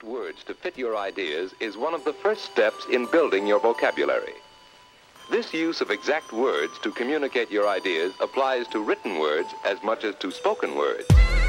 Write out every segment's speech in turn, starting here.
words to fit your ideas is one of the first steps in building your vocabulary. This use of exact words to communicate your ideas applies to written words as much as to spoken words.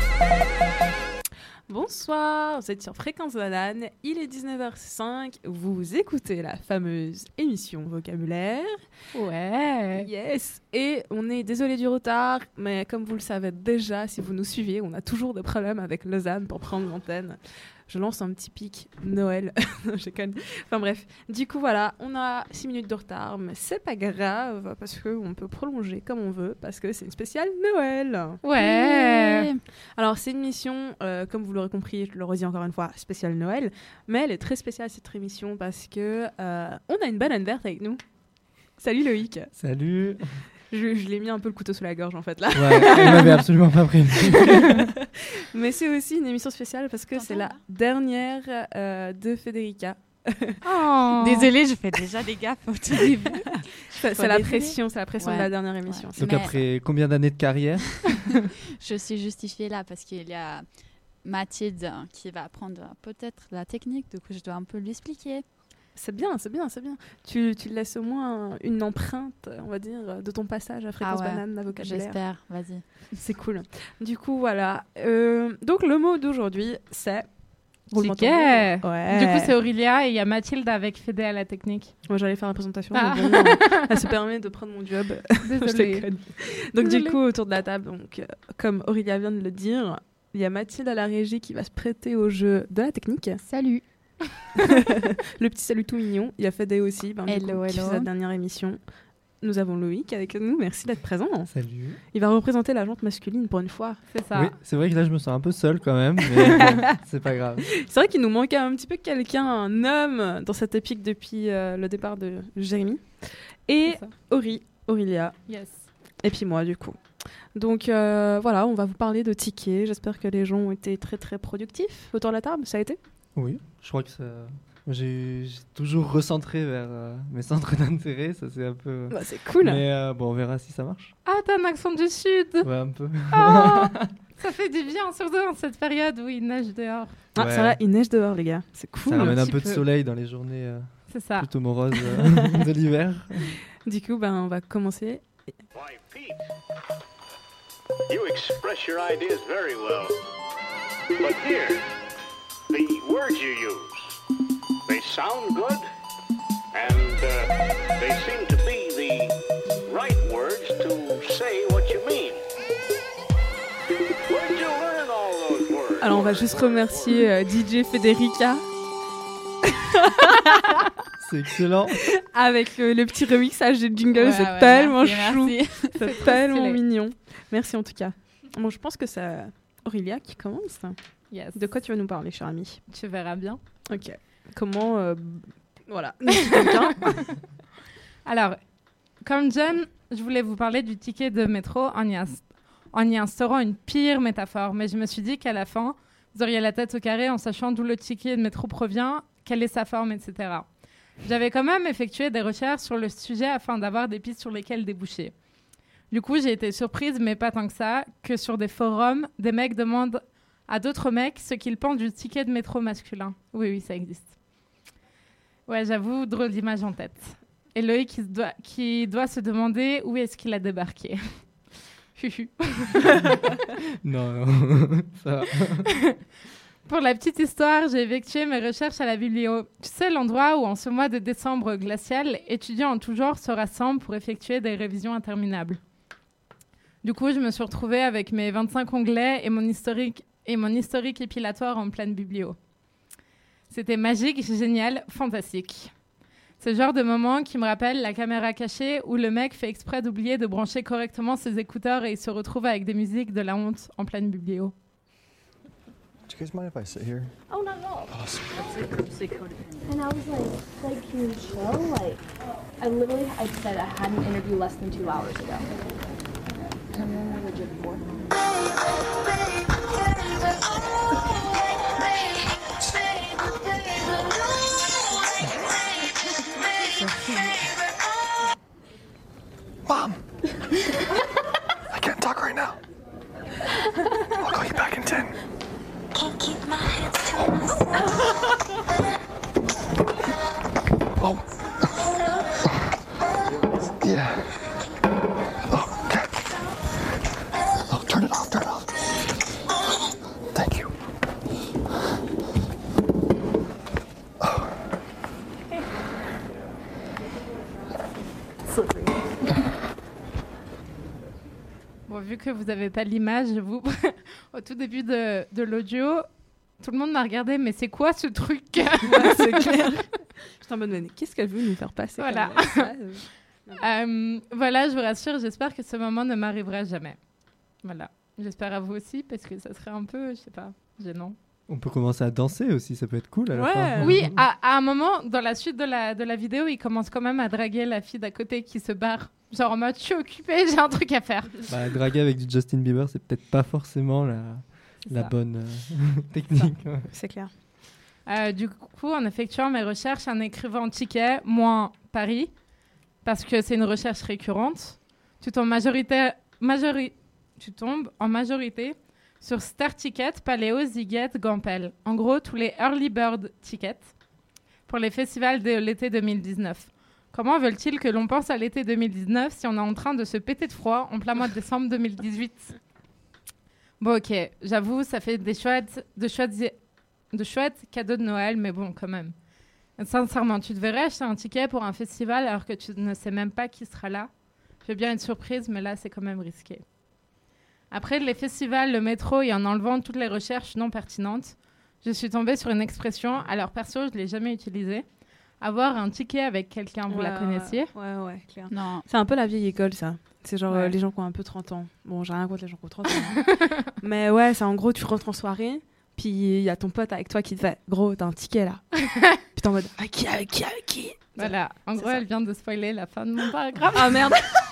Bonsoir, vous êtes sur Fréquence Banane, il est 19h05, vous écoutez la fameuse émission Vocabulaire. Ouais. Yes. Et on est désolé du retard, mais comme vous le savez déjà, si vous nous suivez, on a toujours des problèmes avec Lausanne pour prendre l'antenne. Je lance un petit pic Noël. Je conne. Enfin bref, du coup voilà, on a 6 minutes de retard, mais c'est pas grave parce qu'on peut prolonger comme on veut parce que c'est une spéciale Noël. Ouais. Alors c'est une émission, comme vous l'aurez compris, je le redis encore une fois, spéciale Noël, mais elle est très spéciale cette émission parce que on a une banane verte avec nous. Salut Loïc. Salut. Je l'ai mis un peu le couteau sous la gorge en fait là. Ouais, elle m'avait absolument pas prévenu. Mais c'est aussi une émission spéciale parce que c'est la dernière de Federica. Oh. Désolée, je fais déjà des gaffes au tout début. c'est la pression de la dernière émission. Ouais. Donc après combien d'années de carrière? Je suis justifiée là parce qu'il y a Mathilde qui va apprendre peut-être la technique, du coup je dois un peu lui expliquer. C'est bien. Tu laisses au moins une empreinte, on va dire, de ton passage à Fréquence Banane, à Vocabulaire. J'espère, vas-y. C'est cool. Du coup, voilà. Donc, le mot d'aujourd'hui, c'est... Ticket. Ouais. Du coup, c'est Aurélia et il y a Mathilde avec Fédé à la technique. Moi, j'allais faire la présentation, mais bon, elle se permet de prendre mon job. Désolée. Donc, du coup, autour de la table, donc, comme Aurélia vient de le dire, il y a Mathilde à la régie qui va se prêter au jeu de la technique. Salut. Le petit salut tout mignon. Il y a Fédé aussi, hello. qui fait sa dernière émission. Nous avons Loïc avec nous. Merci d'être présent. Salut. Il va représenter la jante masculine pour une fois. C'est ça. Oui, c'est vrai que là, je me sens un peu seul quand même, mais bon, c'est pas grave. C'est vrai qu'il nous manquait un petit peu quelqu'un, un homme, dans cette épique depuis le départ de Jérémy. Et Aurélia. Yes. Et puis moi, du coup. Donc voilà, on va vous parler de tickets. J'espère que les gens ont été très très productifs autour de la table. Ça a été ? Oui, je crois que ça... J'ai toujours recentré vers mes centres d'intérêt, ça c'est un peu... Bah, c'est cool. Mais bon, on verra si ça marche. Ah, t'as un accent du sud. Ouais, un peu. Oh, ça fait du bien, surtout dans cette période où il neige dehors. Ah, ouais. ça va, il neige dehors, les gars. C'est cool. Ça ramène un peu de soleil dans les journées C'est ça. plutôt moroses de l'hiver. Du coup, on va commencer. Why, Pete, you express your ideas very well. But here, the words you use, they sound good, and they seem to be the right words to say what you mean. Where'd you learn all those words? Alors, on va juste remercier DJ Federica. C'est excellent. Avec le petit remixage des jingles, c'est tellement chou. C'est tellement mignon. Merci en tout cas. Bon, je pense que c'est Aurélia qui commence. Yes. De quoi tu vas nous parler, cher ami ? Tu verras bien. Ok. Comment... voilà. Quelqu'un. Alors, comme jeune, je voulais vous parler du ticket de métro en y instaurant une pire métaphore. Mais je me suis dit qu'à la fin, vous auriez la tête au carré en sachant d'où le ticket de métro provient, quelle est sa forme, etc. J'avais quand même effectué des recherches sur le sujet afin d'avoir des pistes sur lesquelles déboucher. Du coup, j'ai été surprise, mais pas tant que ça, que sur des forums, des mecs demandent à d'autres mecs ce qu'ils pensent du ticket de métro masculin. Oui, ça existe. Ouais, j'avoue, drôle d'image en tête. Et Loïc qui doit se demander où est-ce qu'il a débarqué. Non, ça va. Pour la petite histoire, j'ai effectué mes recherches à la biblio. Tu sais, l'endroit où, en ce mois de décembre glacial, étudiants en tout genre se rassemblent pour effectuer des révisions interminables. Du coup, je me suis retrouvée avec mes 25 onglets et mon historique épilatoire en pleine biblio. C'était magique, génial, fantastique. C'est le genre de moment qui me rappelle la caméra cachée où le mec fait exprès d'oublier de brancher correctement ses écouteurs et il se retrouve avec des musiques de la honte en pleine biblio. Do you guys mind if I sit here? Oh, not at all. Awesome. And I was like, can you chill? Like, I said I had an interview less than 2 hours ago. And I'm only legit 4. Mom! I can't talk right now. I'll call you back in 10. Can't keep my hands to myself. Oh. Yeah. Oh, okay. Oh, turn it off, turn it off. Thank you. Bon, vu que vous n'avez pas l'image, vous, au tout début de l'audio, tout le monde m'a regardé, mais c'est quoi ce truc? Ouais, c'est clair. J'étais en mode, mais qu'est-ce qu'elle veut nous faire passer? Voilà. Voilà, je vous rassure, j'espère que ce moment ne m'arrivera jamais. Voilà. J'espère à vous aussi, parce que ça serait un peu, je sais pas, gênant. On peut commencer à danser aussi, ça peut être cool à la Ouais. fin. Oui, à un moment, dans la suite de la vidéo, il commence quand même à draguer la fille d'à côté qui se barre. Genre en mode, je suis occupée, j'ai un truc à faire. Bah, draguer avec du Justin Bieber, c'est peut-être pas forcément la ça. bonne technique. Ouais. C'est clair. Du coup, en effectuant mes recherches, un écrivain en ticket, moi, Paris, parce que c'est une recherche récurrente, tu tombes en majorité sur Star Ticket, Paléo, Ziget, Gampel. En gros, tous les early bird tickets pour les festivals de l'été 2019. Comment veulent-ils que l'on pense à l'été 2019 si on est en train de se péter de froid en plein mois de décembre 2018? Bon, ok, j'avoue, ça fait de chouettes cadeaux de Noël, mais bon, quand même. Sincèrement, tu devrais acheter un ticket pour un festival alors que tu ne sais même pas qui sera là. Je veux bien une surprise, mais là, c'est quand même risqué. Après les festivals, le métro et en enlevant toutes les recherches non pertinentes, je suis tombée sur une expression, alors perso, je ne l'ai jamais utilisée. Avoir un ticket avec quelqu'un, vous la connaissiez? Ouais, clair. Non. C'est un peu la vieille école, ça. C'est genre Ouais. Les gens qui ont un peu 30 ans. Bon, j'ai rien contre les gens qui ont 30 ans. Hein. Mais ouais, c'est en gros, tu rentres en soirée, puis il y a ton pote avec toi qui te fait « Gros, t'as un ticket, là. » Puis t'es en mode « Avec qui ?» Voilà, en C'est gros, ça. elle vient de spoiler la fin de mon paragraphe. Ah merde.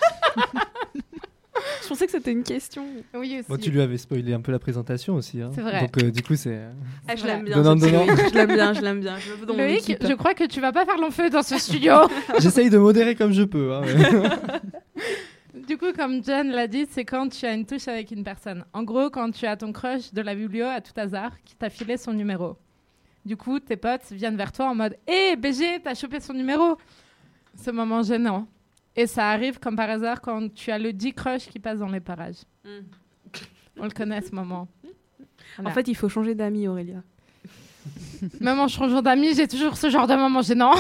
Je pensais que c'était une question. Oui, aussi. Bon, tu lui avais spoilé un peu la présentation aussi. Hein. C'est vrai. Donc, du coup, c'est. Ah, je Voilà. l'aime bien. Donnant, cette donnant. série. Je l'aime bien. Je le veux dans mon Loïc, équipe. je crois que tu vas pas faire long feu dans ce studio. J'essaye de modérer comme je peux. Hein, Du coup, comme John l'a dit, c'est quand tu as une touche avec une personne. En gros, quand tu as ton crush de la biblio à tout hasard qui t'a filé son numéro. Du coup, tes potes viennent vers toi en mode « Hé, BG, t'as chopé son numéro !» Ce moment gênant. Et ça arrive comme par hasard quand tu as le dit crush qui passe dans les parages. On le connaît, ce moment. Voilà. En fait, il faut changer d'amis, Aurélia. Même en changeant d'amis, j'ai toujours ce genre de moment gênant.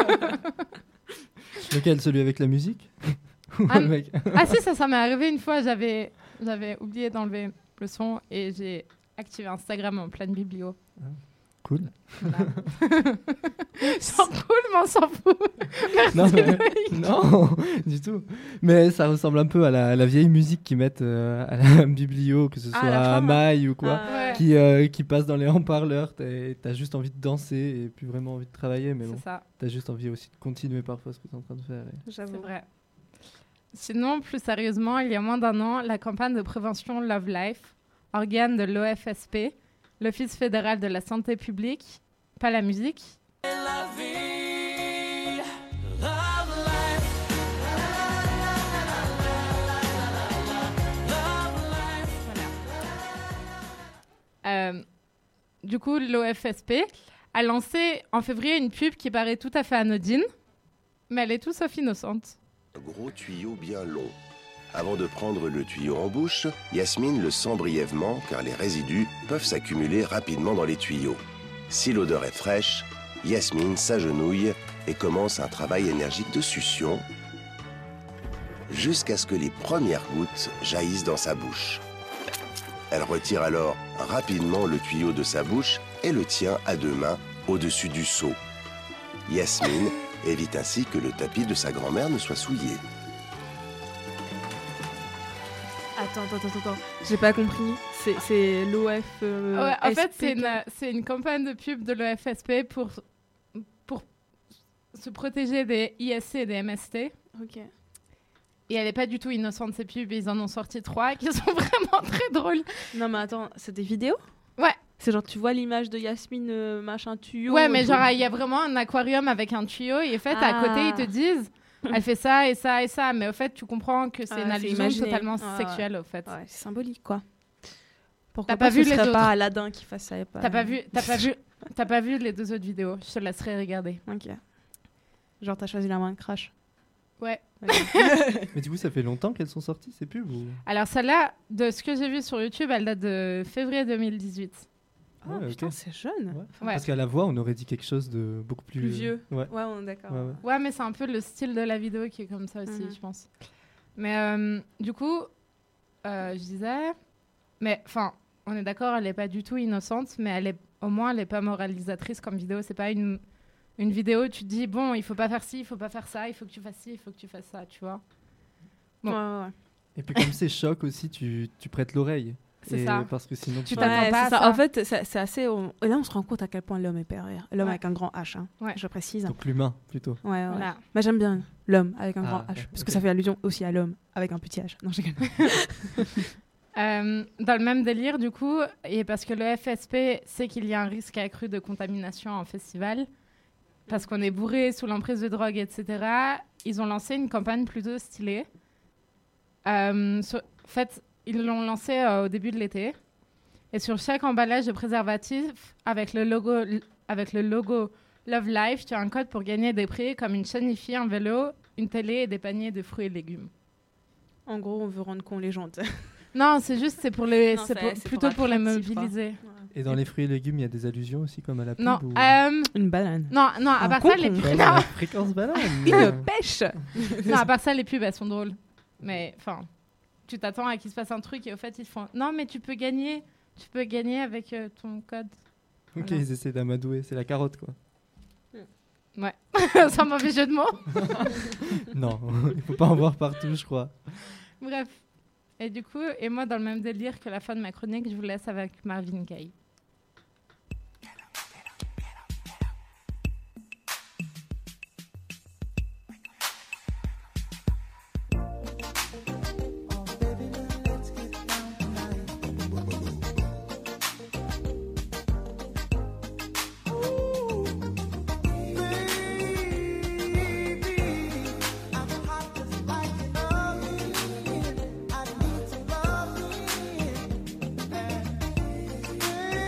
Lequel? Celui avec la musique? Ou Ah, le mec Ah si, ça m'est arrivé une fois, j'avais oublié d'enlever le son et j'ai activé Instagram en pleine biblio. Cool. Voilà. Sans cool, mais on s'en fout. Non, non, du tout. Mais ça ressemble un peu à la vieille musique qu'ils mettent à la biblio, que ce soit la à femme. Maille ou quoi, Ouais. qui passe dans les haut-parleurs. T'as juste envie de danser et plus vraiment envie de travailler, mais C'est bon, ça, t'as juste envie aussi de continuer parfois ce que t'es en train de faire. c'est vrai. Sinon, plus sérieusement, il y a moins d'un an, la campagne de prévention Love Life, organe de l'OFSP, l'Office fédéral de la santé publique, pas la musique. Du coup, l'OFSP a lancé en février une pub qui paraît tout à fait anodine, mais elle est tout sauf innocente. Un gros tuyau bien long. Avant de prendre le tuyau en bouche, Yasmine le sent brièvement car les résidus peuvent s'accumuler rapidement dans les tuyaux. Si l'odeur est fraîche, Yasmine s'agenouille et commence un travail énergique de succion jusqu'à ce que les premières gouttes jaillissent dans sa bouche. Elle retire alors rapidement le tuyau de sa bouche et le tient à deux mains au-dessus du seau. Yasmine évite ainsi que le tapis de sa grand-mère ne soit souillé. Attends. J'ai pas compris. C'est l'OF. Ouais, en fait, SP. c'est une campagne de pub de l'OFSP pour se protéger des ISC et des MST. Ok. Et elle n'est pas du tout innocente, ces pubs. Ils en ont sorti 3 qui sont vraiment très drôles. Non, mais attends, c'est des vidéos? Ouais. C'est genre, tu vois l'image de Yasmine, machin tuyau. Ouais, mais genre, il y a vraiment un aquarium avec un tuyau. Et en fait, à côté, ils te disent, elle fait ça et ça et ça. Mais au fait, tu comprends que c'est une allusion imaginé. totalement sexuelle, au fait. Ouais, c'est symbolique, quoi. Pourquoi T'as pas vu ce les serait autres? pas Aladdin qui fasse ça et pas... T'as pas vu les 2 autres vidéos. Je te laisserai regarder. Ok. Genre, t'as choisi la moins crash. Ouais. Mais du coup, ça fait longtemps qu'elles sont sorties, ces pubs ou... Alors celle-là, de ce que j'ai vu sur YouTube, elle date de février 2018. Ah, Ouais, putain, ok. c'est jeune. Ouais. Parce qu'à la voix, on aurait dit quelque chose de beaucoup plus... Plus vieux. Ouais. Ouais, on est d'accord. Ouais, ouais. Ouais, mais c'est un peu le style de la vidéo qui est comme ça aussi, je pense. Mais du coup, je disais... Mais enfin, on est d'accord, elle n'est pas du tout innocente, mais au moins, elle n'est pas moralisatrice comme vidéo. C'est pas une vidéo où tu te dis, bon, il faut pas faire ci, il faut pas faire ça, il faut que tu fasses ci, il faut que tu fasses ça, tu vois. Bon. Ouais. Et puis comme c'est choc aussi, tu prêtes l'oreille. C'est ça. Parce que sinon, Tu t'attends pas à c'est ça. ça. En fait, c'est assez... Et là, on se rend compte à quel point l'homme est pervers. L'homme Ouais. avec un grand H, hein, Ouais. je précise. Donc l'humain, plutôt. Ouais. Voilà. Mais j'aime bien l'homme avec un Ah, grand H. ouais, Parce ok. que ça fait allusion aussi à l'homme avec un petit H. Non, je rigole. Dans le même délire, du coup, et parce que le FSP sait qu'il y a un risque accru de contamination en festival, parce qu'on est bourré sous l'emprise de drogue, etc., ils ont lancé une campagne plutôt stylée. En fait, ils l'ont lancé au début de l'été. Et sur chaque emballage de préservatif, avec le logo Love Life, tu as un code pour gagner des prix comme une chaîne Hi-Fi, un vélo, une télé et des paniers de fruits et légumes. En gros, on veut rendre con les gens. Non, c'est plutôt pour pour les attractif, quoi. mobiliser. Et dans les fruits et légumes, il y a des allusions aussi, comme à la pub Non, ou... Une banane. non, à Un part ça, les concombre. pubs, Comme la fréquence banane. Une pêche. non, à part ça, les pubs, elles sont drôles. Mais enfin, tu t'attends à qu'il se passe un truc et au fait, ils te font non, mais tu peux gagner avec ton code. Ok, Voilà. ils essaient d'amadouer, c'est la carotte, quoi. Ouais, sans mauvais jeu de mots. Non, il faut pas en voir partout, je crois. Bref. Et du coup, et moi, dans le même délire que la fin de ma chronique, je vous laisse avec Marvin Gaye. I need to love me.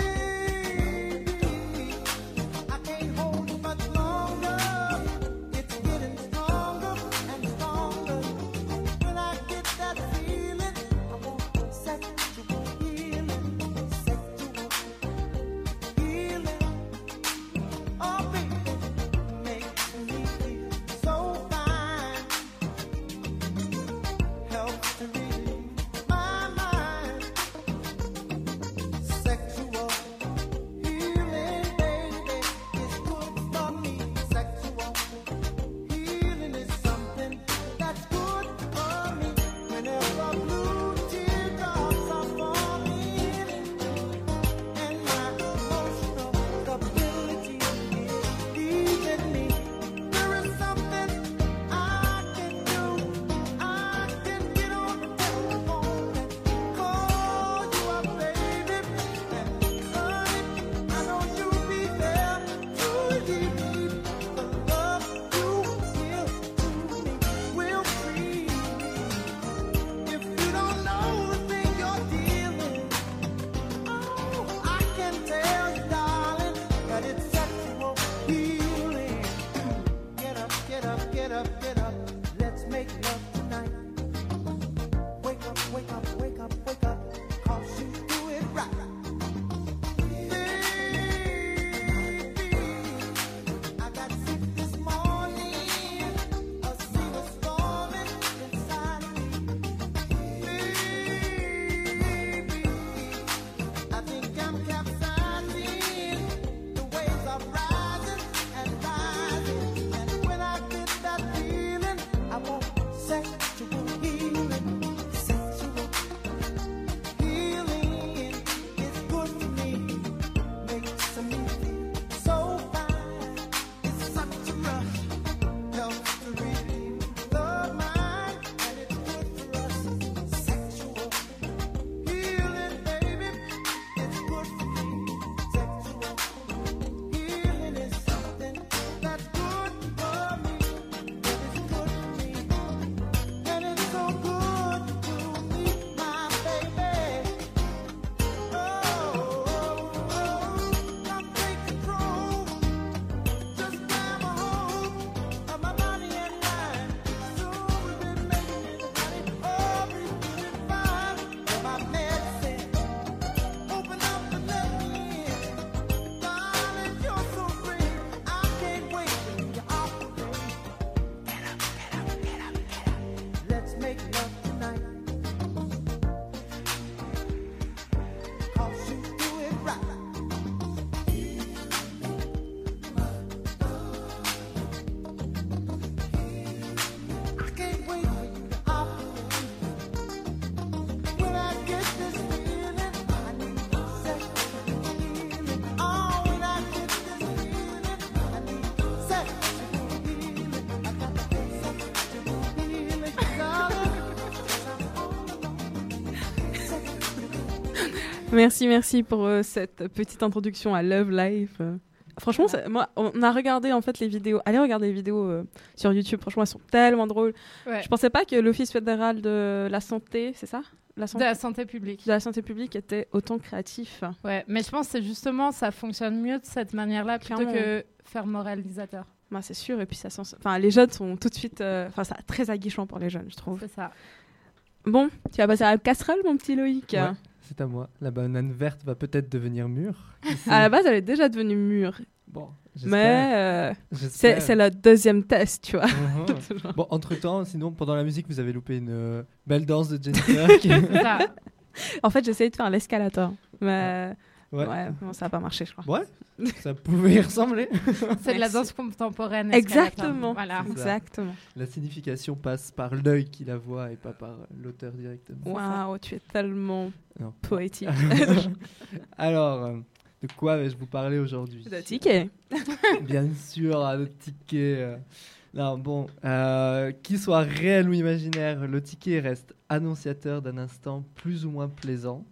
Merci pour cette petite introduction à Love Life. Franchement, moi, on a regardé en fait les vidéos. Allez regarder les vidéos sur YouTube. Franchement, elles sont tellement drôles. Ouais. Je pensais pas que l'Office fédéral de la santé, c'est ça ? De la santé publique. De la santé publique était autant créatif. Ouais, mais je pense que c'est justement, ça fonctionne mieux de cette manière-là plutôt Clairement. que faire moralisateur. Bah, c'est sûr. Et puis les jeunes sont tout de suite, c'est très aguichant pour les jeunes, je trouve. C'est ça. Bon, tu vas passer à la casserole, mon petit Loïc. Ouais, c'est à moi. La banane verte va peut-être devenir mûre. À la base, elle est déjà devenue mûre. Bon, mais j'espère. c'est le deuxième test, tu vois. Bon, entre-temps, sinon, pendant la musique, vous avez loupé une belle danse de Jennifer. C'est ça. En fait, j'essayais de faire l'escalator, mais Ouais. non, ça n'a pas marché, je crois. Ouais, ça pouvait y ressembler. C'est de la danse contemporaine. Exactement. Voilà. Exactement. La signification passe par l'œil qui la voit et pas par l'auteur directement. Waouh, tu es tellement poétique. Alors, de quoi vais-je vous parler aujourd'hui ? De ticket. Bien sûr, le ticket. Non, bon, qu'il soit réel ou imaginaire, le ticket reste annonciateur d'un instant plus ou moins plaisant.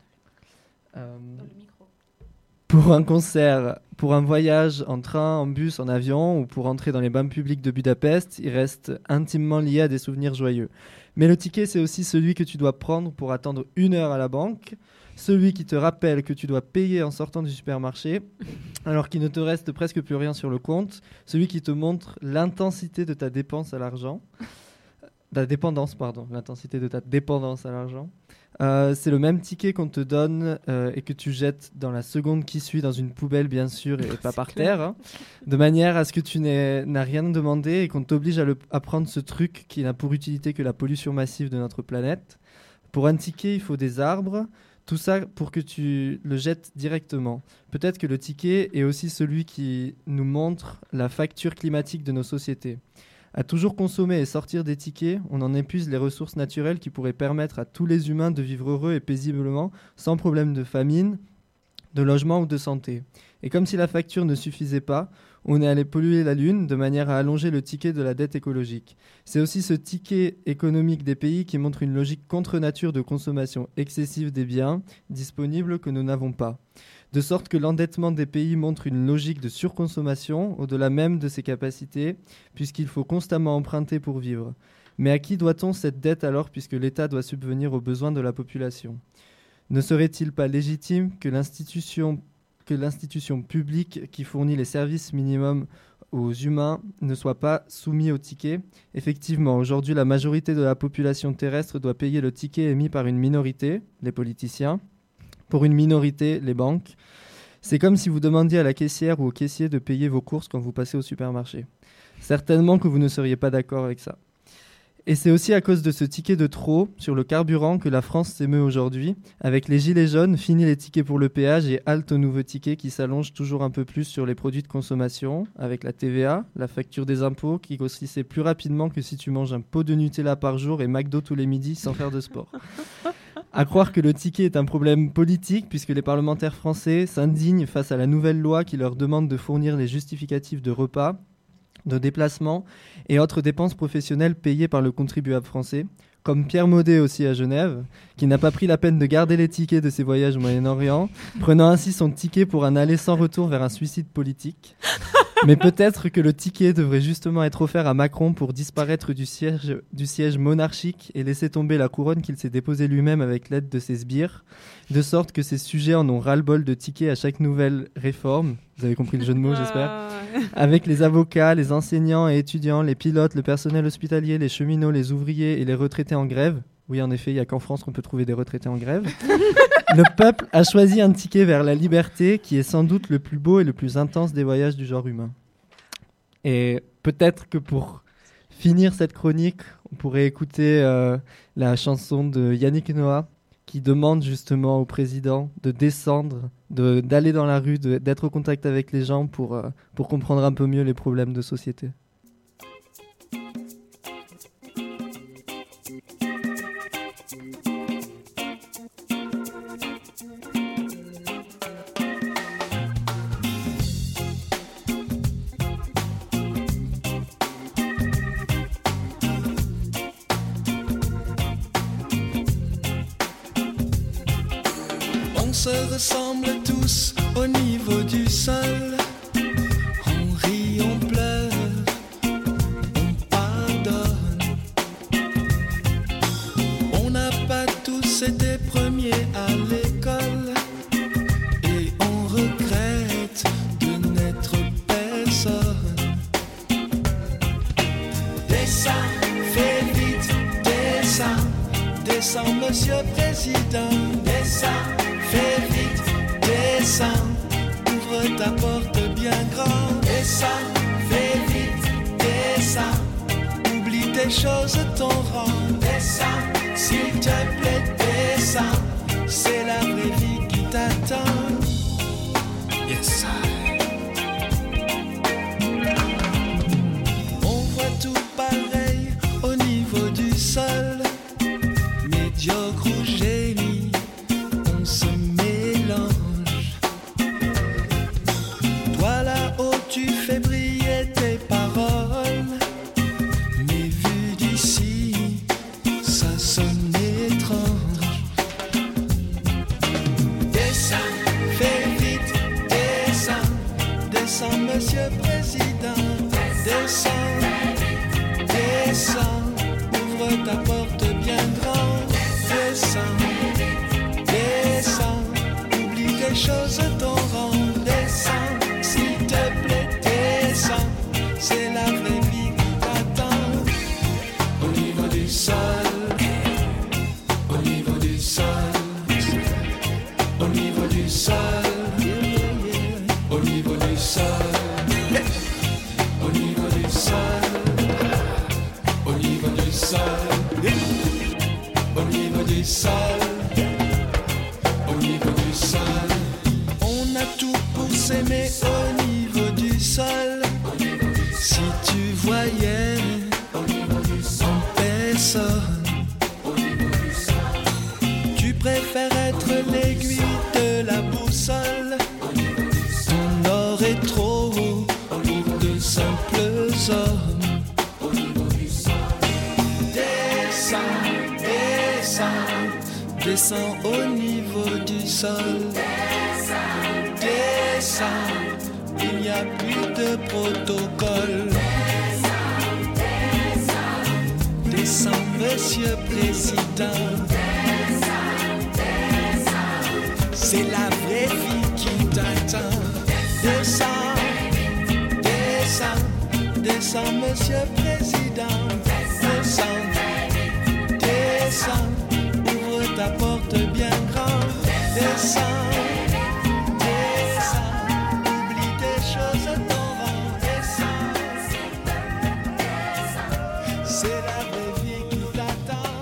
Pour un concert, pour un voyage en train, en bus, en avion ou pour entrer dans les bains publics de Budapest, il reste intimement lié à des souvenirs joyeux. Mais le ticket, c'est aussi celui que tu dois prendre pour attendre 1 heure à la banque, celui qui te rappelle que tu dois payer en sortant du supermarché, alors qu'il ne te reste presque plus rien sur le compte, celui qui te montre l'intensité de ta dépense à l'argent, l'intensité de ta dépendance à l'argent. C'est le même ticket qu'on te donne et que tu jettes dans la seconde qui suit dans une poubelle, bien sûr, et pas par terre, hein, de manière à ce que tu n'as rien demandé et qu'on t'oblige à prendre ce truc qui n'a pour utilité que la pollution massive de notre planète. Pour un ticket, il faut des arbres, tout ça pour que tu le jettes directement. Peut-être que le ticket est aussi celui qui nous montre la facture climatique de nos sociétés. À toujours consommer et sortir des tickets, on en épuise les ressources naturelles qui pourraient permettre à tous les humains de vivre heureux et paisiblement, sans problème de famine, de logement ou de santé. Et comme si la facture ne suffisait pas, on est allé polluer la Lune de manière à allonger le ticket de la dette écologique. C'est aussi ce ticket économique des pays qui montre une logique contre nature de consommation excessive des biens disponibles que nous n'avons pas. De sorte que l'endettement des pays montre une logique de surconsommation au-delà même de ses capacités, puisqu'il faut constamment emprunter pour vivre. Mais à qui doit-on cette dette alors, puisque l'État doit subvenir aux besoins de la population ? Ne serait-il pas légitime que l'institution publique qui fournit les services minimums aux humains ne soit pas soumise au ticket ? Effectivement, aujourd'hui, la majorité de la population terrestre doit payer le ticket émis par une minorité, les politiciens, pour une minorité, les banques. C'est comme si vous demandiez à la caissière ou au caissier de payer vos courses quand vous passez au supermarché. Certainement que vous ne seriez pas d'accord avec ça. Et c'est aussi à cause de ce ticket de trop sur le carburant que la France s'émeut aujourd'hui. Avec les gilets jaunes, fini les tickets pour le péage et halte aux nouveaux tickets qui s'allongent toujours un peu plus sur les produits de consommation, avec la TVA, la facture des impôts qui grossissait plus rapidement que si tu manges un pot de Nutella par jour et McDo tous les midis sans faire de sport. À croire que le ticket est un problème politique puisque les parlementaires français s'indignent face à la nouvelle loi qui leur demande de fournir les justificatifs de repas, de déplacements et autres dépenses professionnelles payées par le contribuable français, comme Pierre Maudet aussi à Genève, qui n'a pas pris la peine de garder les tickets de ses voyages au Moyen-Orient, prenant ainsi son ticket pour un aller sans retour vers un suicide politique. Mais peut-être que le ticket devrait justement être offert à Macron pour disparaître du siège monarchique et laisser tomber la couronne qu'il s'est déposée lui-même avec l'aide de ses sbires, de sorte que ses sujets en ont ras-le-bol de tickets à chaque nouvelle réforme. Vous avez compris le jeu de mots, j'espère. Avec les avocats, les enseignants et étudiants, les pilotes, le personnel hospitalier, les cheminots, les ouvriers et les retraités en grève. Oui, en effet, il n'y a qu'en France qu'on peut trouver des retraités en grève. Le peuple a choisi un ticket vers la liberté qui est sans doute le plus beau et le plus intense des voyages du genre humain. Et peut-être que pour finir cette chronique, on pourrait écouter la chanson de Yannick Noah qui demande justement au président de descendre, d'aller dans la rue, d'être au contact avec les gens pour comprendre un peu mieux les problèmes de société. se ressemble tous au niveau du sol. On rit, on pleure, on pardonne. On n'a pas tous été premiers à l'école et on regrette de n'être personne. Descends, fais vite, descends, descends, monsieur président. Descends, fais vite, descends, ouvre ta porte bien grand. Descends, fais vite, descends, oublie tes choses, ton rang. Descends, s'il te plaît, descends, c'est la vraie vie qui t'attend. Yes, on voit tout pareil au niveau du sol. Médiocre ou génie, on se mélange. Toi là-haut, tu fais briller tes paroles. Mais vu d'ici, ça sonne étrange. Descends, fais vite, descends, descends, monsieur président. Descends, descends, ouvre ta porte bien grande. Descends, descends, oublie tes choses, ton rang. Descends, s'il te plaît, descends, c'est la vraie vie qui t'attend. Au niveau du sol, au niveau du sol, au niveau du sol, au niveau du sol, au niveau du sol, au niveau du sol. Au niveau du sol, au niveau du sol, on a tout pour s'aimer au niveau du sol. Si tu voyais en personne, tu préfères être l'aiguille de la boussole. On aurait trop pour de simples hommes. Descends au niveau du sol. Descends, il n'y a plus de protocole. Descends, monsieur président. C'est la vraie vie qui t'attend. Descends, descends, descends, monsieur président. Descends, descends, ouvre ta porte bien grande. Descends, descends, oublie tes choses, ton rang. Descends, c'est la vraie vie qui t'attend.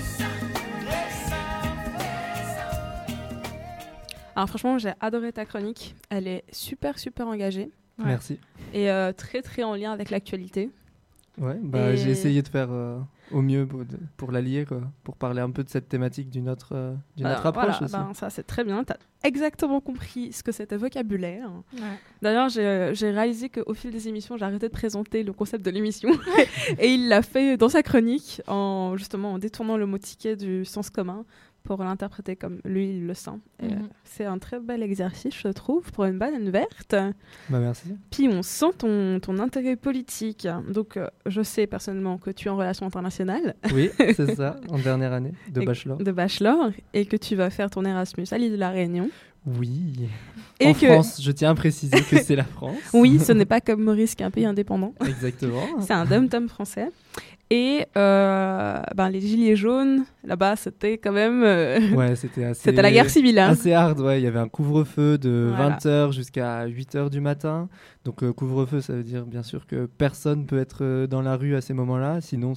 Alors franchement, j'ai adoré ta chronique. Elle est super engagée. Ouais. Merci. Et très en lien avec l'actualité. Ouais, bah, Et- j'ai essayé de faire au mieux pour l'allier, quoi, pour parler un peu de cette thématique d'une autre approche aussi. Ben, ça c'est très bien. Tu as exactement compris ce que c'était vocabulaire. Ouais. D'ailleurs, j'ai réalisé qu'au fil des émissions, j'ai arrêté de présenter le concept de l'émission. Et il l'a fait dans sa chronique, en détournant le mot ticket du sens commun pour l'interpréter comme lui il le sent. Et, c'est un très bel exercice, je trouve, pour une banane verte. Bah, merci. Puis on sent ton intérêt politique. Donc je sais personnellement que tu es en relations internationales. Oui, c'est ça, en dernière année de Et- bachelor. De bachelor, et que tu vas faire ton Erasmus à l'île de la Réunion. Oui. Et En que- France, je tiens à préciser que c'est la France. Oui, ce n'est pas comme Maurice qui est un pays indépendant. Exactement. C'est un dom-tom français. Et les gilets jaunes, là-bas, c'était quand même... Ouais, c'était assez... C'était la guerre civile. Hein. Assez hard, ouais. Il y avait un couvre-feu de Voilà. 20h jusqu'à 8h du matin. Donc, couvre-feu, ça veut dire, bien sûr, que personne peut être dans la rue à ces moments-là. Sinon,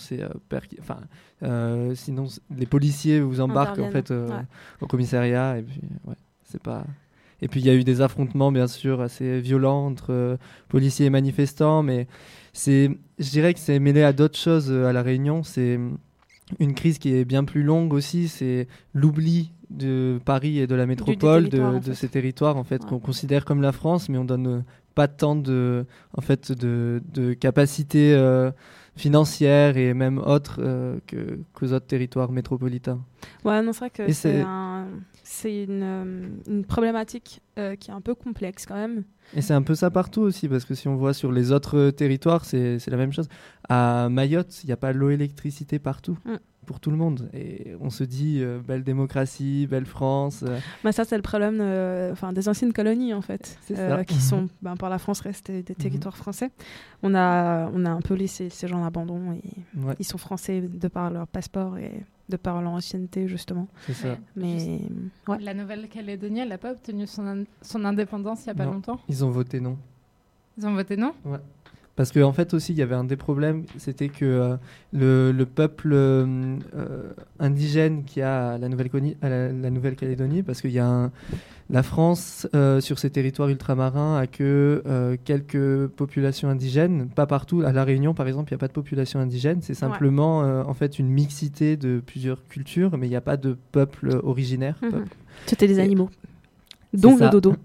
sinon, les policiers vous embarquent, en fait, au commissariat. Et puis, ouais, c'est pas... Et puis, il y a eu des affrontements, bien sûr, assez violents entre policiers et manifestants. Mais je dirais que c'est mêlé à d'autres choses à La Réunion. C'est une crise qui est bien plus longue aussi. C'est l'oubli de Paris et de la métropole, de ces territoires en fait, qu'on considère comme la France, mais on donne pas tant de capacités financières et même autres qu'aux autres territoires métropolitains. Ouais, non, c'est vrai que Et c'est c'est une problématique qui est un peu complexe quand même. Et c'est un peu ça partout aussi, parce que si on voit sur les autres territoires, c'est la même chose. À Mayotte, il n'y a pas l'eau électricité partout, pour tout le monde. Et on se dit, belle démocratie, belle France. Bah ça, c'est le problème des anciennes colonies, en fait, C'est ça. qui sont, par la France, restés des territoires français. On a un peu laissé ces gens à l'abandon, et ils sont français de par leur passeport et de par leur ancienneté, justement. C'est ça. Mais la Nouvelle-Calédonie, elle n'a pas obtenu son indépendance il n'y a pas longtemps. Ils ont voté non. Ils ont voté non ? Ouais. Parce qu'en fait aussi, il y avait un des problèmes, c'était que le peuple indigène qui a la Nouvelle-Calédonie, parce qu'il y a la France, sur ses territoires ultramarins, a que quelques populations indigènes. Pas partout. À La Réunion, par exemple, il n'y a pas de population indigène. C'est simplement en fait une mixité de plusieurs cultures, mais il n'y a pas de peuple originaire. C'était des animaux. Dont le dodo.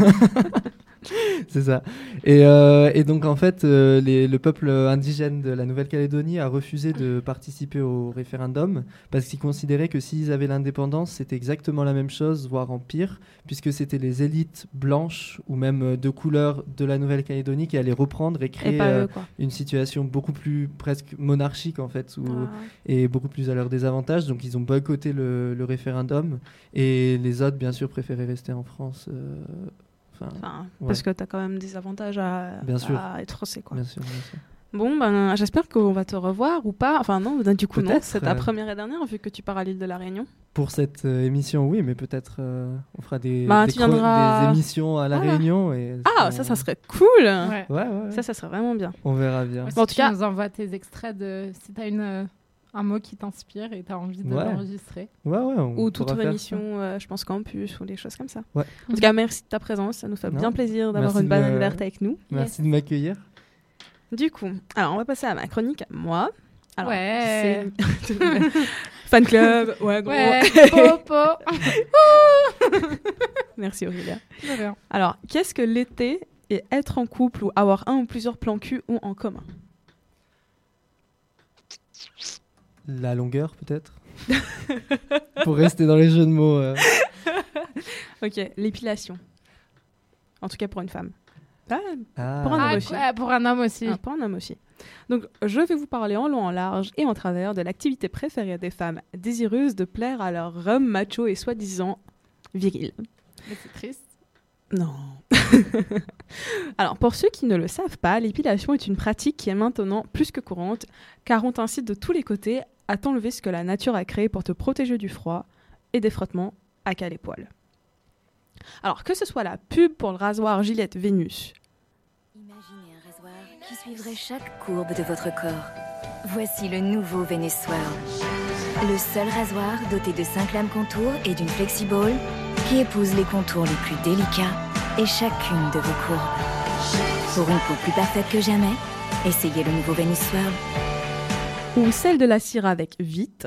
C'est ça. Et donc, en fait, le peuple indigène de la Nouvelle-Calédonie a refusé de participer au référendum parce qu'ils considéraient que s'ils avaient l'indépendance, c'était exactement la même chose, voire en pire, puisque c'était les élites blanches ou même de couleur de la Nouvelle-Calédonie qui allaient reprendre et créer une situation beaucoup plus presque monarchique, en fait, et beaucoup plus à leur désavantage. Donc, ils ont boycotté le référendum et les autres, bien sûr, préféraient rester en France. Parce que tu as quand même des avantages à être français, quoi. Bien sûr. Bon, j'espère qu'on va te revoir ou pas. Enfin non, du coup non, c'est ta première et dernière vu que tu pars à l'île de la Réunion. Pour cette émission, oui, mais peut-être on fera des émissions à la Réunion. Ça serait cool. Ouais. Ça serait vraiment bien. On verra bien. En tout cas, tu nous envoies tes extraits si tu as un mot qui t'inspire et tu as envie de l'enregistrer. Ou toute émission, je pense campus ou des choses comme ça. Ouais. En tout cas, merci de ta présence. Ça nous fait bien plaisir d'avoir une banane verte avec nous. Merci de m'accueillir. Du coup, alors on va passer à ma chronique, moi. Alors, fan club, gros. Popo. Merci Aurélia. Alors, qu'est-ce que l'été et être en couple ou avoir un ou plusieurs plans cul ont en commun ? La longueur, peut-être. Pour rester dans les jeux de mots. Ok, l'épilation. En tout cas pour une femme. Pour un homme aussi. Pour un homme aussi. Pour un homme aussi. Donc, je vais vous parler en long, en large et en travers de l'activité préférée des femmes désireuses de plaire à leur homme macho et soi-disant viril. Mais c'est triste. Non. Alors, pour ceux qui ne le savent pas, l'épilation est une pratique qui est maintenant plus que courante, car on t'incite de tous les côtés à t'enlever ce que la nature a créé pour te protéger du froid et des frottements à cas les poils. Alors, que ce soit la pub pour le rasoir Gillette Vénus. Imaginez un rasoir qui suivrait chaque courbe de votre corps. Voici le nouveau Venus Swirl. Le seul rasoir doté de 5 lames contours et d'une flexiball qui épouse les contours les plus délicats et chacune de vos courbes. Pour une peau plus parfaite que jamais, essayez le nouveau Venus Swirl. Ou celle de la cire avec Vite.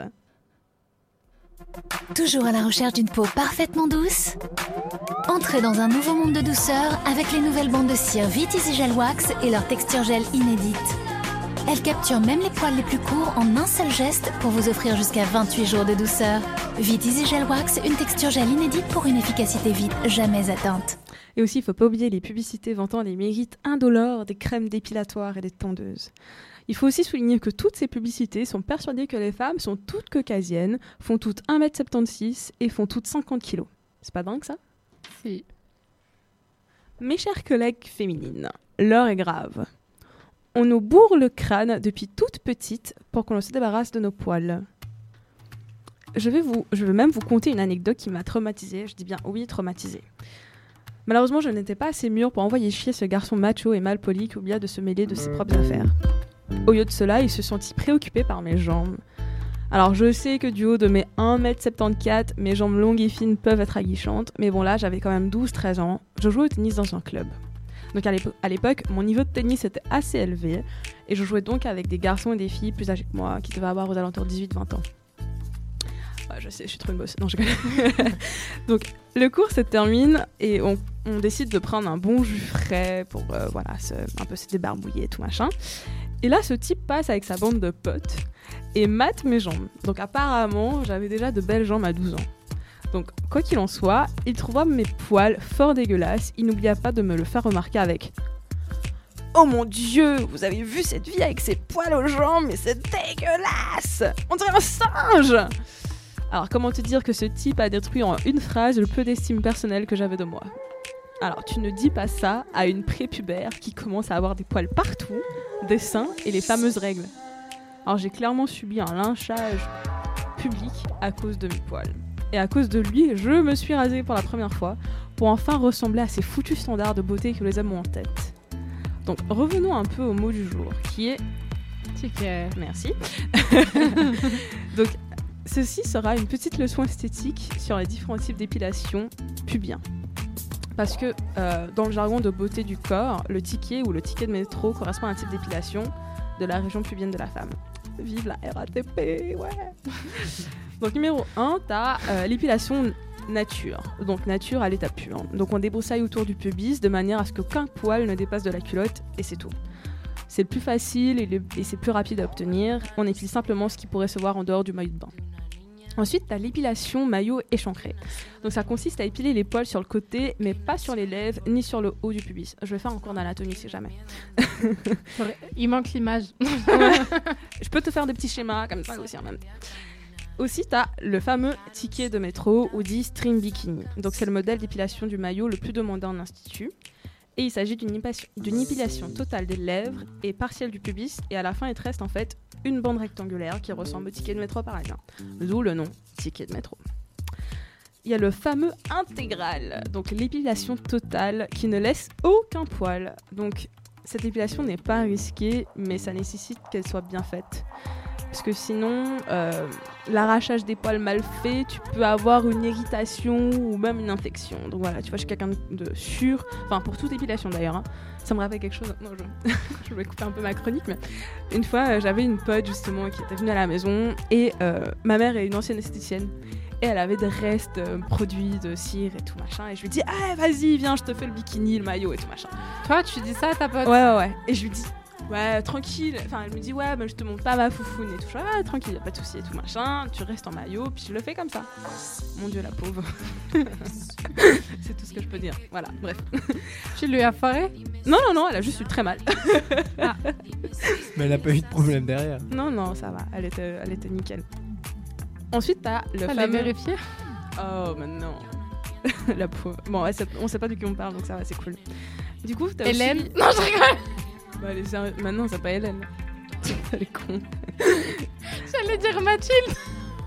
Toujours à la recherche d'une peau parfaitement douce ? Entrez dans un nouveau monde de douceur avec les nouvelles bandes de cire Vite Easy Gel Wax et leur texture gel inédite. Elles capturent même les poils les plus courts en un seul geste pour vous offrir jusqu'à 28 jours de douceur. Vite Easy Gel Wax, une texture gel inédite pour une efficacité vite jamais atteinte. Et aussi, il ne faut pas oublier les publicités vantant les mérites indolores des crèmes dépilatoires et des tondeuses. Il faut aussi souligner que toutes ces publicités sont persuadées que les femmes sont toutes caucasiennes, font toutes 1m76 et font toutes 50 kg. C'est pas dingue ça ? Si. Mes chères collègues féminines, l'heure est grave. On nous bourre le crâne depuis toute petite pour qu'on se débarrasse de nos poils. Je vais même vous conter une anecdote qui m'a traumatisée. Je dis bien oui, traumatisée. Malheureusement, je n'étais pas assez mûre pour envoyer chier ce garçon macho et malpoli qui oublia de se mêler de ses propres affaires. Au lieu de cela, il se sentit préoccupé par mes jambes. Alors, je sais que du haut de mes 1m74, mes jambes longues et fines peuvent être aguichantes, mais bon là, j'avais quand même 12-13 ans. Je jouais au tennis dans un club. Donc à l'époque, mon niveau de tennis était assez élevé, et je jouais donc avec des garçons et des filles plus âgés que moi, qui devaient avoir aux alentours de 18-20 ans. Ouais, je sais, je suis trop une bosse. Non, je connais. Donc, le cours se termine, et on décide de prendre un bon jus frais pour un peu se débarbouiller et tout machin. Et là, ce type passe avec sa bande de potes et mate mes jambes. Donc apparemment, j'avais déjà de belles jambes à 12 ans. Donc, quoi qu'il en soit, il trouva mes poils fort dégueulasses. Il n'oublia pas de me le faire remarquer avec « Oh mon Dieu, vous avez vu cette fille avec ses poils aux jambes, mais c'est dégueulasse! On dirait un singe !» Alors, comment te dire que ce type a détruit en une phrase le peu d'estime personnelle que j'avais de moi? Alors, tu ne dis pas ça à une prépubère qui commence à avoir des poils partout, des seins et les fameuses règles. Alors, j'ai clairement subi un lynchage public à cause de mes poils. Et à cause de lui, je me suis rasée pour la première fois pour enfin ressembler à ces foutus standards de beauté que les hommes ont en tête. Donc, revenons un peu au mot du jour, qui est... Ticket. Merci. Donc, ceci sera une petite leçon esthétique sur les différents types d'épilation pubiens. Parce que dans le jargon de beauté du corps, le ticket ou le ticket de métro correspond à un type d'épilation de la région pubienne de la femme. Vive la RATP, ouais. Donc numéro 1, t'as l'épilation nature. Donc nature à l'état pur. Donc on débroussaille autour du pubis de manière à ce qu'aucun poil ne dépasse de la culotte et c'est tout. C'est le plus facile et c'est plus rapide à obtenir. On épile simplement ce qui pourrait se voir en dehors du maillot de bain. Ensuite, tu as l'épilation maillot échancré. Donc ça consiste à épiler les poils sur le côté, mais pas sur les lèvres ni sur le haut du pubis. Je vais faire un cours d'anatomie si jamais. Il manque l'image. Ouais. Je peux te faire des petits schémas comme ça aussi en même. Aussi, tu as le fameux ticket de métro ou dit string bikini. Donc c'est le modèle d'épilation du maillot le plus demandé en institut. Et il s'agit d'une épilation totale des lèvres et partielle du pubis. Et à la fin, il te reste en fait une bande rectangulaire qui ressemble au ticket de métro pareil. D'où le nom, ticket de métro. Il y a le fameux intégral, donc l'épilation totale qui ne laisse aucun poil. Donc cette épilation n'est pas risquée, mais ça nécessite qu'elle soit bien faite. Parce que sinon, l'arrachage des poils mal fait, tu peux avoir une irritation ou même une infection. Donc voilà, tu vois, je suis quelqu'un de sûr. Enfin, pour toute épilation d'ailleurs. Hein. Ça me rappelle quelque chose. Non, je vais couper un peu ma chronique, mais une fois, j'avais une pote justement qui était venue à la maison et ma mère est une ancienne esthéticienne. Et elle avait des restes produits de cire et tout machin. Et je lui dis, ah, vas-y, viens, je te fais le bikini, le maillot et tout machin. Toi, tu dis ça à ta pote? Ouais. Et je lui dis, ouais, tranquille. Enfin, elle me dit, ouais, bah, je te montre pas ma foufoune et tout. Je dis, ouais, tranquille, y a pas de souci et tout machin. Tu restes en maillot, puis je le fais comme ça. Mon Dieu, la pauvre. C'est tout ce que je peux dire. Voilà, bref. Tu lui as foiré? Non, elle a juste eu très mal. Ah. Mais elle a pas eu de problème derrière. Non, ça va. Elle était nickel. Ensuite, t'as le fameux... Elle l'a vérifié? Oh, mais non. La pauvre. Bon, on sait pas de qui on parle, donc ça va, c'est cool. Du coup, t'as Hélène aussi... Non, je rigole. Bah, elle est sérieuse. Maintenant, c'est pas Hélène. Elle est con. J'allais dire Mathilde.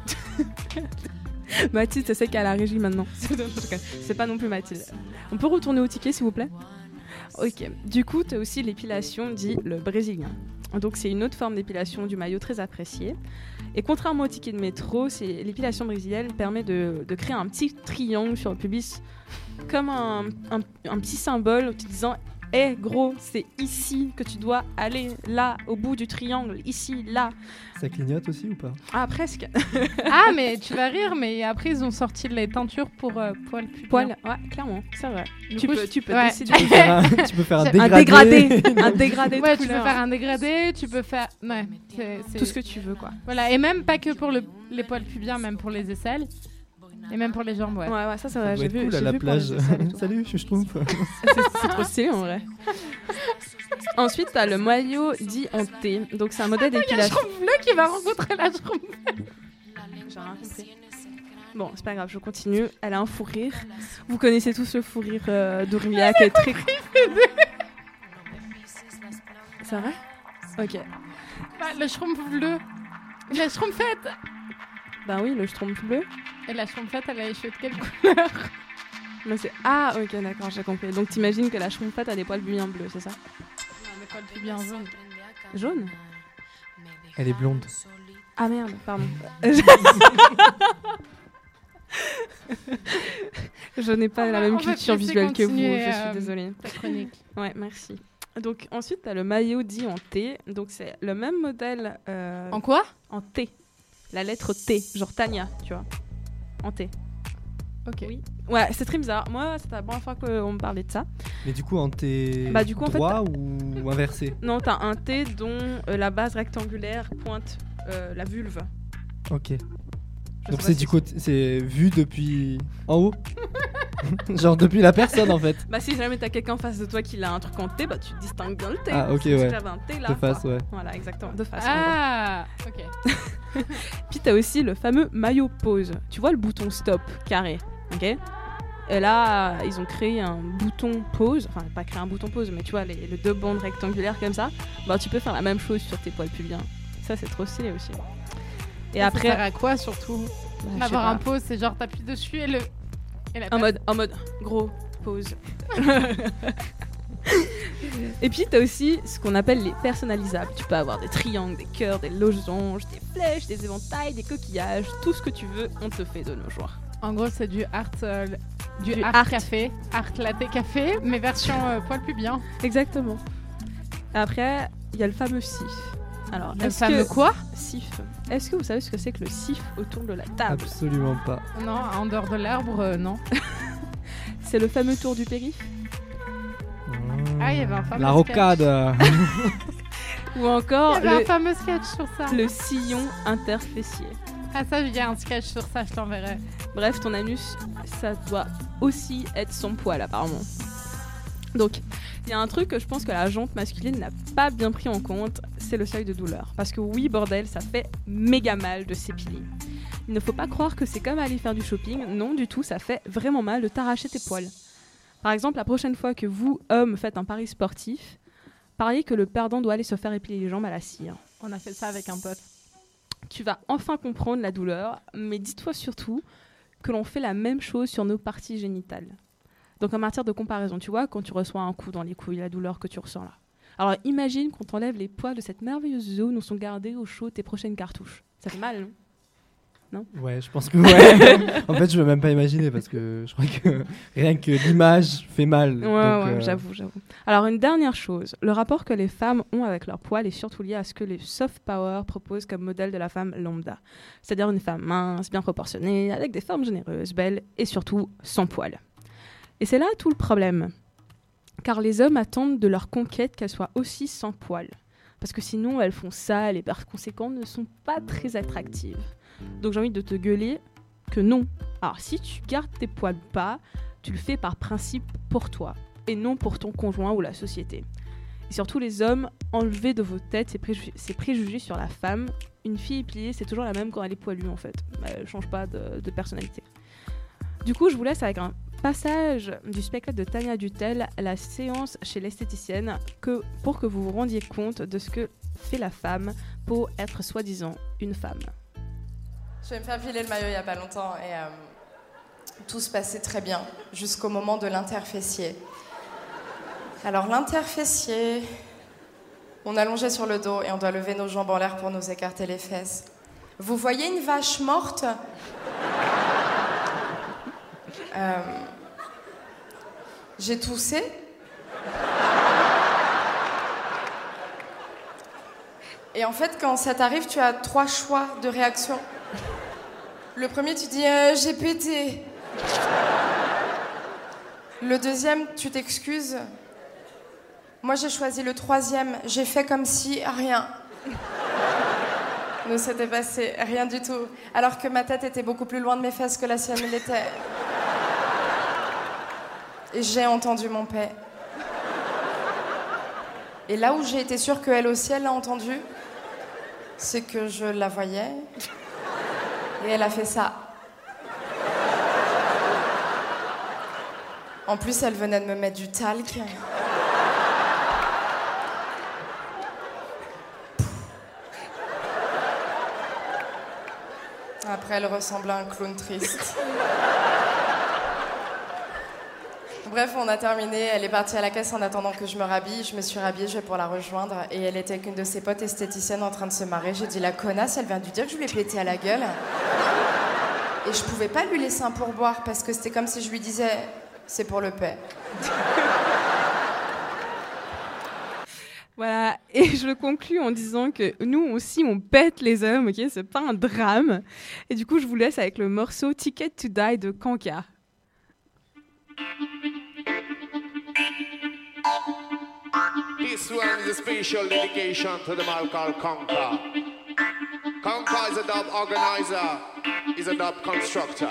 Mathilde, c'est celle qui a la régie maintenant. C'est pas non plus Mathilde. On peut retourner au ticket, s'il vous plaît? Ok. Du coup, t'as aussi l'épilation dit le brésilien. Donc, c'est une autre forme d'épilation du maillot très appréciée. Et contrairement au ticket de métro, l'épilation brésilienne permet de créer un petit triangle sur le pubis, comme un petit symbole en te disant « Hé gros, c'est ici que tu dois aller, là, au bout du triangle, ici, là. » Ça clignote aussi ou pas? Ah, presque. Ah, mais tu vas rire, mais après ils ont sorti les teintures pour poils pubiens. Poils, ouais, clairement, c'est vrai. Tu peux ouais. décider. Tu peux faire un dégradé. Un dégradé de ouais, couleur. tu peux faire un dégradé, tu peux faire... Ouais, c'est... Tout ce que tu veux, quoi. Voilà, et même pas que pour les poils pubiens, même pour les aisselles. Et même pour les jambes, ouais. Ouais, ça c'est vrai. Ça J'ai doit être vu cool à la plage. Salut, je suis Schtroumpf. C'est trop stylé en vrai. Ensuite, t'as le maillot dit en T. Donc c'est un modèle Il y a d'épilation. Schtroumpf bleu qui va rencontrer la Schtroumpf. J'ai rien compris. Bon, c'est pas grave, je continue. Elle a un fou rire. Vous connaissez tous le fou rire d'Aurélia qui est très... C'est vrai? Ok. Bah, le Schtroumpf bleu. La Schtroumpfette. Ben oui, le Schtroumpf bleu. Et la Schtroumpfette, elle a les cheveux de quelle couleur? Mais c'est... Ah, ok, d'accord, j'ai compris. Donc t'imagines que la Schtroumpfette a des poils bien bleus, c'est ça? Non, des poils pubiens jaunes. Jaune? Elle est blonde. Ah merde, pardon. Je n'ai pas la même culture visuelle que vous, je suis désolée. Ta chronique. Ouais, merci. Donc ensuite, tu as le maillot dit en T. Donc c'est le même modèle... En quoi? En T. La lettre T, genre Tania, tu vois. En T. Ok. Oui. Ouais, c'est très bizarre. Moi, c'est la première fois qu'on me parlait de ça. Mais du coup, en T Bah, du coup, en droit ou inversé? Non, t'as un T dont la base rectangulaire pointe la vulve. Ok. Donc c'est du côté, c'est vu depuis en haut. Genre depuis la personne en fait. Bah si jamais t'as quelqu'un en face de toi qui a un truc en T, bah tu distingues bien le T. Ah ok Si ouais. j'avais un T là. De face quoi. ouais. Voilà exactement, de face. Ah, ok. Puis t'as aussi le fameux maillot pause. Tu vois le bouton stop carré, ok? Et là, ils ont créé un bouton pause, enfin pas créé un bouton pause, mais tu vois les deux bandes rectangulaires comme ça. Bah tu peux faire la même chose sur tes poils pubiens. Ça c'est trop stylé aussi. Et ça après, sert à quoi surtout je sais d'avoir pas. un pause, c'est genre t'appuies dessus et la En mode gros pause. Et puis t'as aussi ce qu'on appelle les personnalisables. Tu peux avoir des triangles, des cœurs, des losanges, des flèches, des éventails, des coquillages, tout ce que tu veux, on te fait de nos jours. En gros, c'est du art, Du art art. café, art latte café, mais version poil pubien. Exactement. Après, il y a le fameux sif. Alors, Le est-ce fameux que... quoi? Sif. Est-ce que vous savez ce que c'est que le sif autour de la table? Absolument pas. Non, en dehors de l'arbre, non. C'est le fameux tour du périph'. Ah, il y avait un fameux La rocade. Ou encore Il y avait un fameux sketch sur ça. le sillon interfessier. Ah ça, il y a un sketch sur ça, je t'enverrai. Bref, ton anus, ça doit aussi être sans poil apparemment. Donc, il y a un truc que je pense que la jante masculine n'a pas bien pris en compte, c'est le seuil de douleur. Parce que oui, bordel, ça fait méga mal de s'épiler. Il ne faut pas croire que c'est comme aller faire du shopping. Non, du tout, ça fait vraiment mal de t'arracher tes poils. Par exemple, la prochaine fois que vous, hommes, faites un pari sportif, pariez que le perdant doit aller se faire épiler les jambes à la cire. On a fait ça avec un pote. Tu vas enfin comprendre la douleur, mais dis-toi surtout que l'on fait la même chose sur nos parties génitales. Donc en matière de comparaison, tu vois, quand tu reçois un coup dans les couilles, la douleur que tu ressens là. Alors imagine qu'on t'enlève les poils de cette merveilleuse zone où sont gardées au chaud tes prochaines cartouches. Ça fait mal, non? Non? Ouais, je pense que ouais. En fait, je veux même pas imaginer parce que je crois que rien que l'image fait mal. Ouais, Donc, ouais, j'avoue. Alors une dernière chose, le rapport que les femmes ont avec leurs poils est surtout lié à ce que les soft power proposent comme modèle de la femme lambda. C'est-à-dire une femme mince, bien proportionnée, avec des formes généreuses, belles et surtout sans poils. Et c'est là tout le problème. Car les hommes attendent de leur conquête qu'elles soient aussi sans poils. Parce que sinon, elles font sales et par conséquent ne sont pas très attractives. Donc j'ai envie de te gueuler que non. Alors si tu gardes tes poils bas, tu le fais par principe pour toi et non pour ton conjoint ou la société. Et surtout les hommes, enlevez de vos têtes ces préjugés sur la femme. Une fille épilée, c'est toujours la même quand elle est poilue en fait. Elle ne change pas de personnalité. Du coup, je vous laisse avec un passage du spectacle de Tania Dutel, la séance chez l'esthéticienne, pour que vous vous rendiez compte de ce que fait la femme pour être soi-disant une femme. Je vais me faire filer le maillot il n'y a pas longtemps et tout se passait très bien jusqu'au moment de l'interfessier. Alors l'interfessier, on allongeait sur le dos et on doit lever nos jambes en l'air pour nous écarter les fesses. Vous voyez une vache morte ? J'ai toussé. Et en fait, quand ça t'arrive, tu as 3 choix de réaction. Le premier, tu dis j'ai pété. Le deuxième, tu t'excuses. Moi, j'ai choisi le troisième. J'ai fait comme si rien ne s'était passé, rien du tout. Alors que ma tête était beaucoup plus loin de mes fesses que la sienne l'était. Et j'ai entendu mon paix. Et là où j'ai été sûre qu'elle aussi, elle l'a entendu, c'est que je la voyais. Et elle a fait ça. En plus, elle venait de me mettre du talc. Après, elle ressemblait à un clown triste. Bref, on a terminé. Elle est partie à la caisse en attendant que je me rhabille. Je me suis rhabillée, je vais pour la rejoindre. Et elle était avec une de ses potes esthéticiennes en train de se marrer. J'ai dit, la connasse, elle vient de lui dire que je lui ai pété à la gueule. Et je pouvais pas lui laisser un pourboire parce que c'était comme si je lui disais, c'est pour le paix. Voilà, et je conclus en disant que nous aussi on pète les hommes, ok, c'est pas un drame. Et du coup, je vous laisse avec le morceau Ticket to Die de Kanka. This one is a special dedication to the man called Conker. Conker is a dub organizer, is a dub constructor.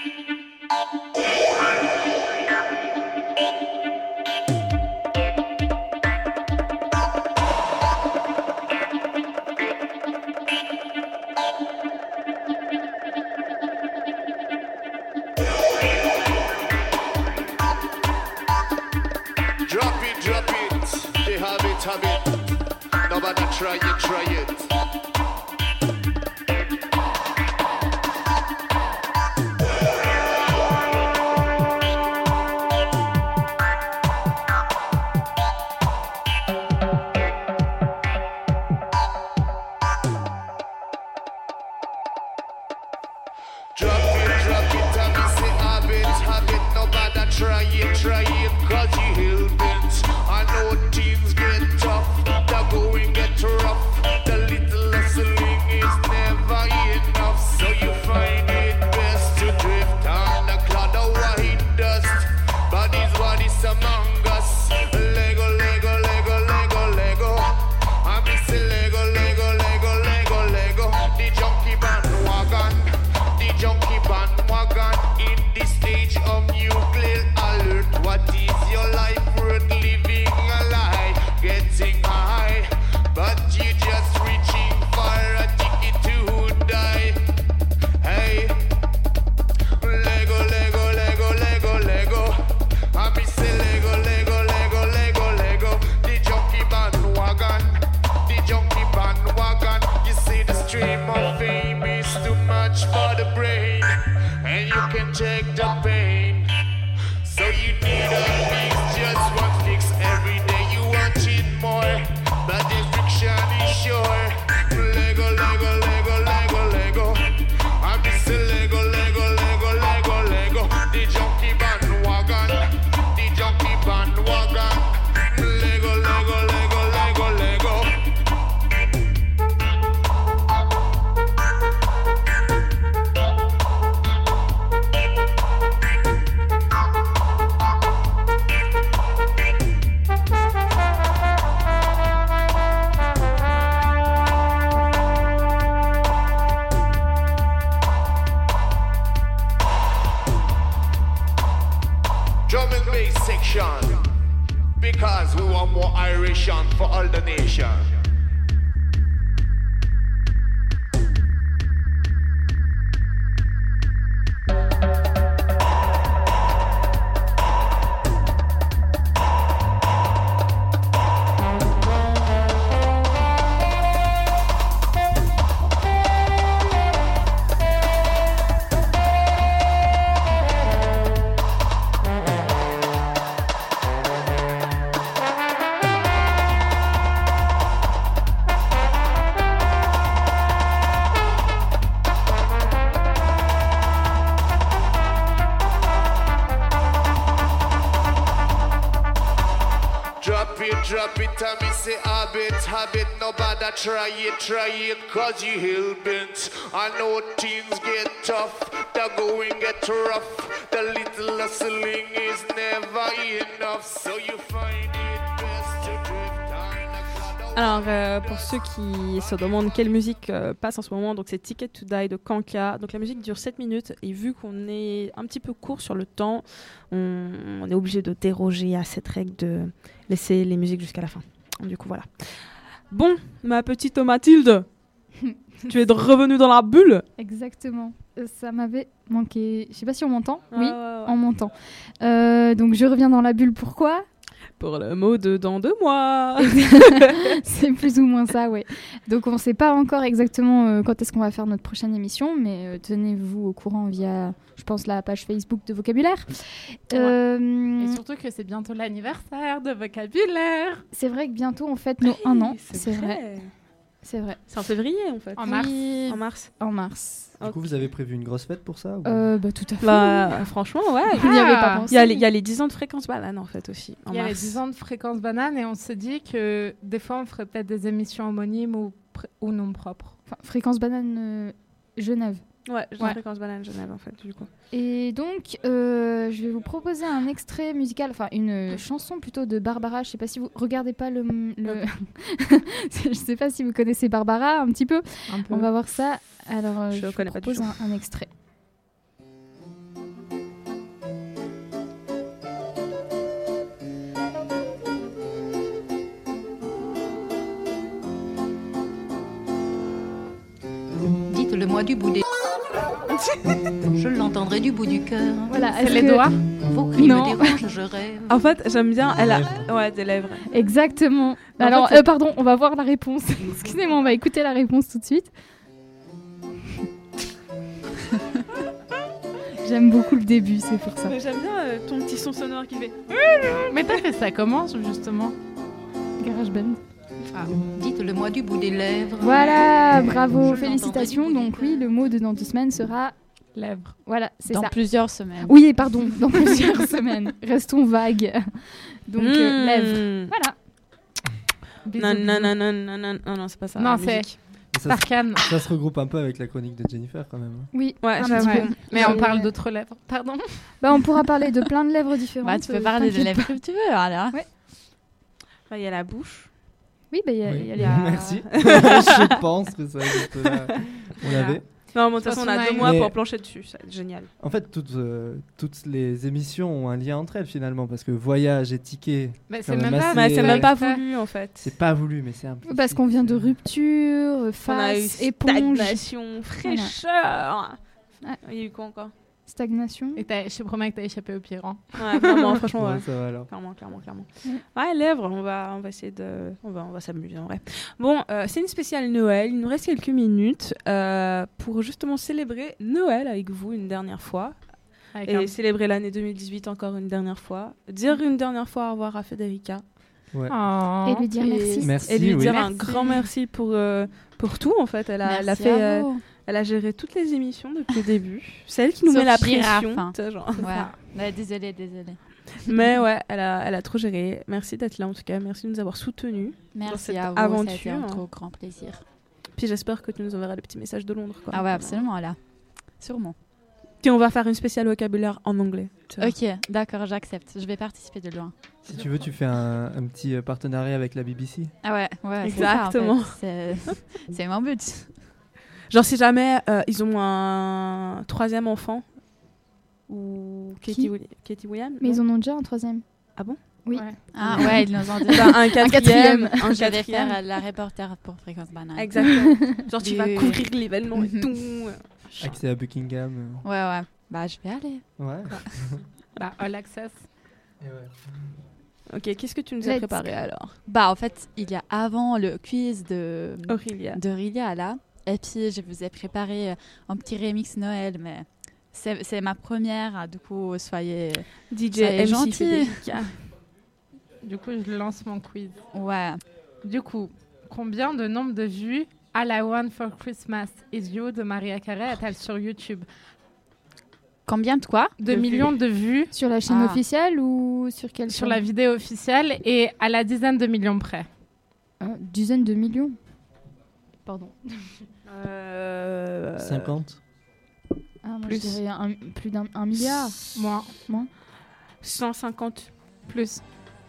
Drop it, they have it. Nobody try it. Drop it, and me say have it. Nobody try it, cause you hell-bent. I know things get tough, the going get rough. The little hustling is never enough, so you find it best to drift on the cloud of white dust. Bodies among us. Lego. I miss a Lego. The junkie bandwagon in the stage of nuclear alert. What is your life worth living a lie? Getting high, but you just reaching for a ticket to die. Hey, Lego. I miss a Lego. The junkie bandwagon. You see the stream of fame is too much for the brain, and you can take the pain. So you need a fix, just one fix every day. You want it more, but the friction is sure. Lego. I miss a Lego. The junkie bandwagon. Lego. Drum and bass section, because we want more Irish on for all the nation. Drop it, and me say habit. Nobody try it, cause you hell-bent. I know things get tough, the going get rough. The little hustling is never enough, so you find it best to drift on the cloud. Alors, pour ceux qui se demandent quelle musique passe en ce moment, donc c'est Ticket to Die de Kanka. Donc la musique dure 7 minutes, et vu qu'on est un petit peu court sur le temps, on est obligé de déroger à cette règle de laisser les musiques jusqu'à la fin. Du coup, voilà. Bon, ma petite Mathilde, tu es revenue dans la bulle. Exactement. Ça m'avait manqué. Je sais pas si on m'entend. Ouais, Oui, ouais. on m'entend. Donc je reviens dans la bulle. Pourquoi ? Pour le mot de dans 2 mois. C'est plus ou moins ça, ouais. Donc on ne sait pas encore exactement quand est-ce qu'on va faire notre prochaine émission, mais tenez-vous au courant via, je pense, la page Facebook de Vocabulaire. Et surtout que c'est bientôt l'anniversaire de Vocabulaire. C'est vrai que bientôt on fête nos 1 an. C'est vrai. C'est vrai. C'est en février, en fait. En mars. Oui, En mars. Du coup, vous avez prévu une grosse fête pour ça ou... Bah, tout à fait. Bah, franchement, ouais. On n'y avait pas pensé. Il y a les 10 ans de Fréquence Banane, en fait, aussi. Il y a les 10 ans de Fréquence Banane et on se dit que des fois, on ferait peut-être des émissions homonymes ou non propres. Enfin, Fréquence Banane Genève. Ouais, j'ai un Fréquence Banane Genève en fait, du coup. Et donc, je vais vous proposer un extrait musical, enfin une chanson plutôt de Barbara. Je sais pas si vous regardez pas le... Je sais pas si vous connaissez Barbara un petit peu. On va voir ça. Alors, je vous propose un extrait. Dites-le-moi du bout des... Je l'entendrai du bout du cœur. Voilà, c'est les doigts. Vos cris me dérangent, je rêve. En fait, j'aime bien. Elle a des lèvres. Exactement. Alors, pardon, on va voir la réponse. Excusez-moi, on va écouter la réponse tout de suite. J'aime beaucoup le début, c'est pour ça. Mais j'aime bien ton petit son sonore qui fait. Mais t'as fait ça comment, justement? GarageBand. Dites-le-moi du bout des lèvres. Voilà, bravo, félicitations. Donc oui, le mot de dans 2 semaines sera lèvres. Voilà, c'est ça. Dans plusieurs semaines. Oui, pardon, dans plusieurs semaines. Restons vagues. Donc lèvres. Voilà. Non, c'est pas ça. Non, c'est Tarkan. Ça se regroupe un peu avec la chronique de Jennifer quand même. Oui, ouais, mais on parle d'autres lèvres. Pardon. Bah, on pourra parler de plein de lèvres différentes. Bah, tu peux parler des lèvres que tu veux, alors. Ouais. Il y a la bouche. Oui, bah, il y a les... Merci. Je pense que ça existe là. On l'avait. Non, mais de toute façon, on a 2 mois pour plancher dessus. C'est génial. En fait, toutes les émissions ont un lien entre elles finalement, parce que voyage et ticket. Mais c'est même pas voulu en fait. C'est pas voulu, mais c'est un peu. Parce qu'on vient de rupture, face, éponge. Stagnation, fraîcheur. Ouais. Il y a eu quoi encore? Stagnation. Et je te promets que t'as échappé au pire. Hein. Ouais, vraiment, franchement, ouais. Ça va alors. Clairement. Ouais, lèvres, on va essayer de... On va s'amuser en vrai. Bon, c'est une spéciale Noël. Il nous reste quelques minutes pour justement célébrer Noël avec vous une dernière fois. Célébrer l'année 2018 encore une dernière fois. Dire une dernière fois au revoir à Federica. Ouais. Et lui dire merci. Et lui dire un grand merci pour tout en fait. Elle a fait... Elle a géré toutes les émissions depuis le début. C'est elle qui nous met la pression. Genre. Ouais, désolée. Mais ouais, elle a trop géré. Merci d'être là en tout cas. Merci de nous avoir soutenus dans cette aventure. Ça a été un trop grand plaisir. Puis j'espère que tu nous enverras le petit message de Londres. Quoi. Ah ouais, absolument, là. Sûrement. Puis on va faire une spéciale vocabulaire en anglais. Ok, d'accord, j'accepte. Je vais participer de loin. Si tu veux, tu fais un petit partenariat avec la BBC. Ah ouais, exactement. C'est mon but. Genre si jamais ils ont un 3e enfant ou Katie Williams. Mais ils en ont déjà un 3e. Ah bon? Oui. Ouais. Ah ouais, ils nous ont dit un 4e. Je vais faire la reporter pour Fréquence Banane. Exactement. Genre tu vas couvrir l'événement et tout. Accès à Buckingham. Ouais. Bah je vais aller. Ouais. Bah all access. Et ouais. Ok, qu'est-ce que tu nous as préparé alors? Bah en fait, il y a avant le quiz de Aurélia là. Et puis, je vous ai préparé un petit remix Noël, mais c'est ma première. Du coup, soyez gentils. Du coup, je lance mon quiz. Ouais. Du coup, combien de nombre de vues All I Want for Christmas Is You de Mariah Carey a-t-elle sur YouTube? Combien de quoi? 2 millions de vues. Sur la chaîne officielle ou sur quelle chaîne? Sur la vidéo officielle et à la dizaine de millions près. Dizaine de millions? Pardon. 50. Moi je dirais plus d'1 milliard. Moins. 150. Plus.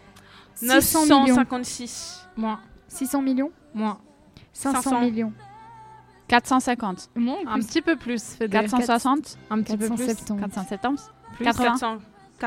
956. Moins. 600 millions. Moins. 500 millions. 450. Moins un petit peu plus. 460. Un petit peu plus. 470. 480.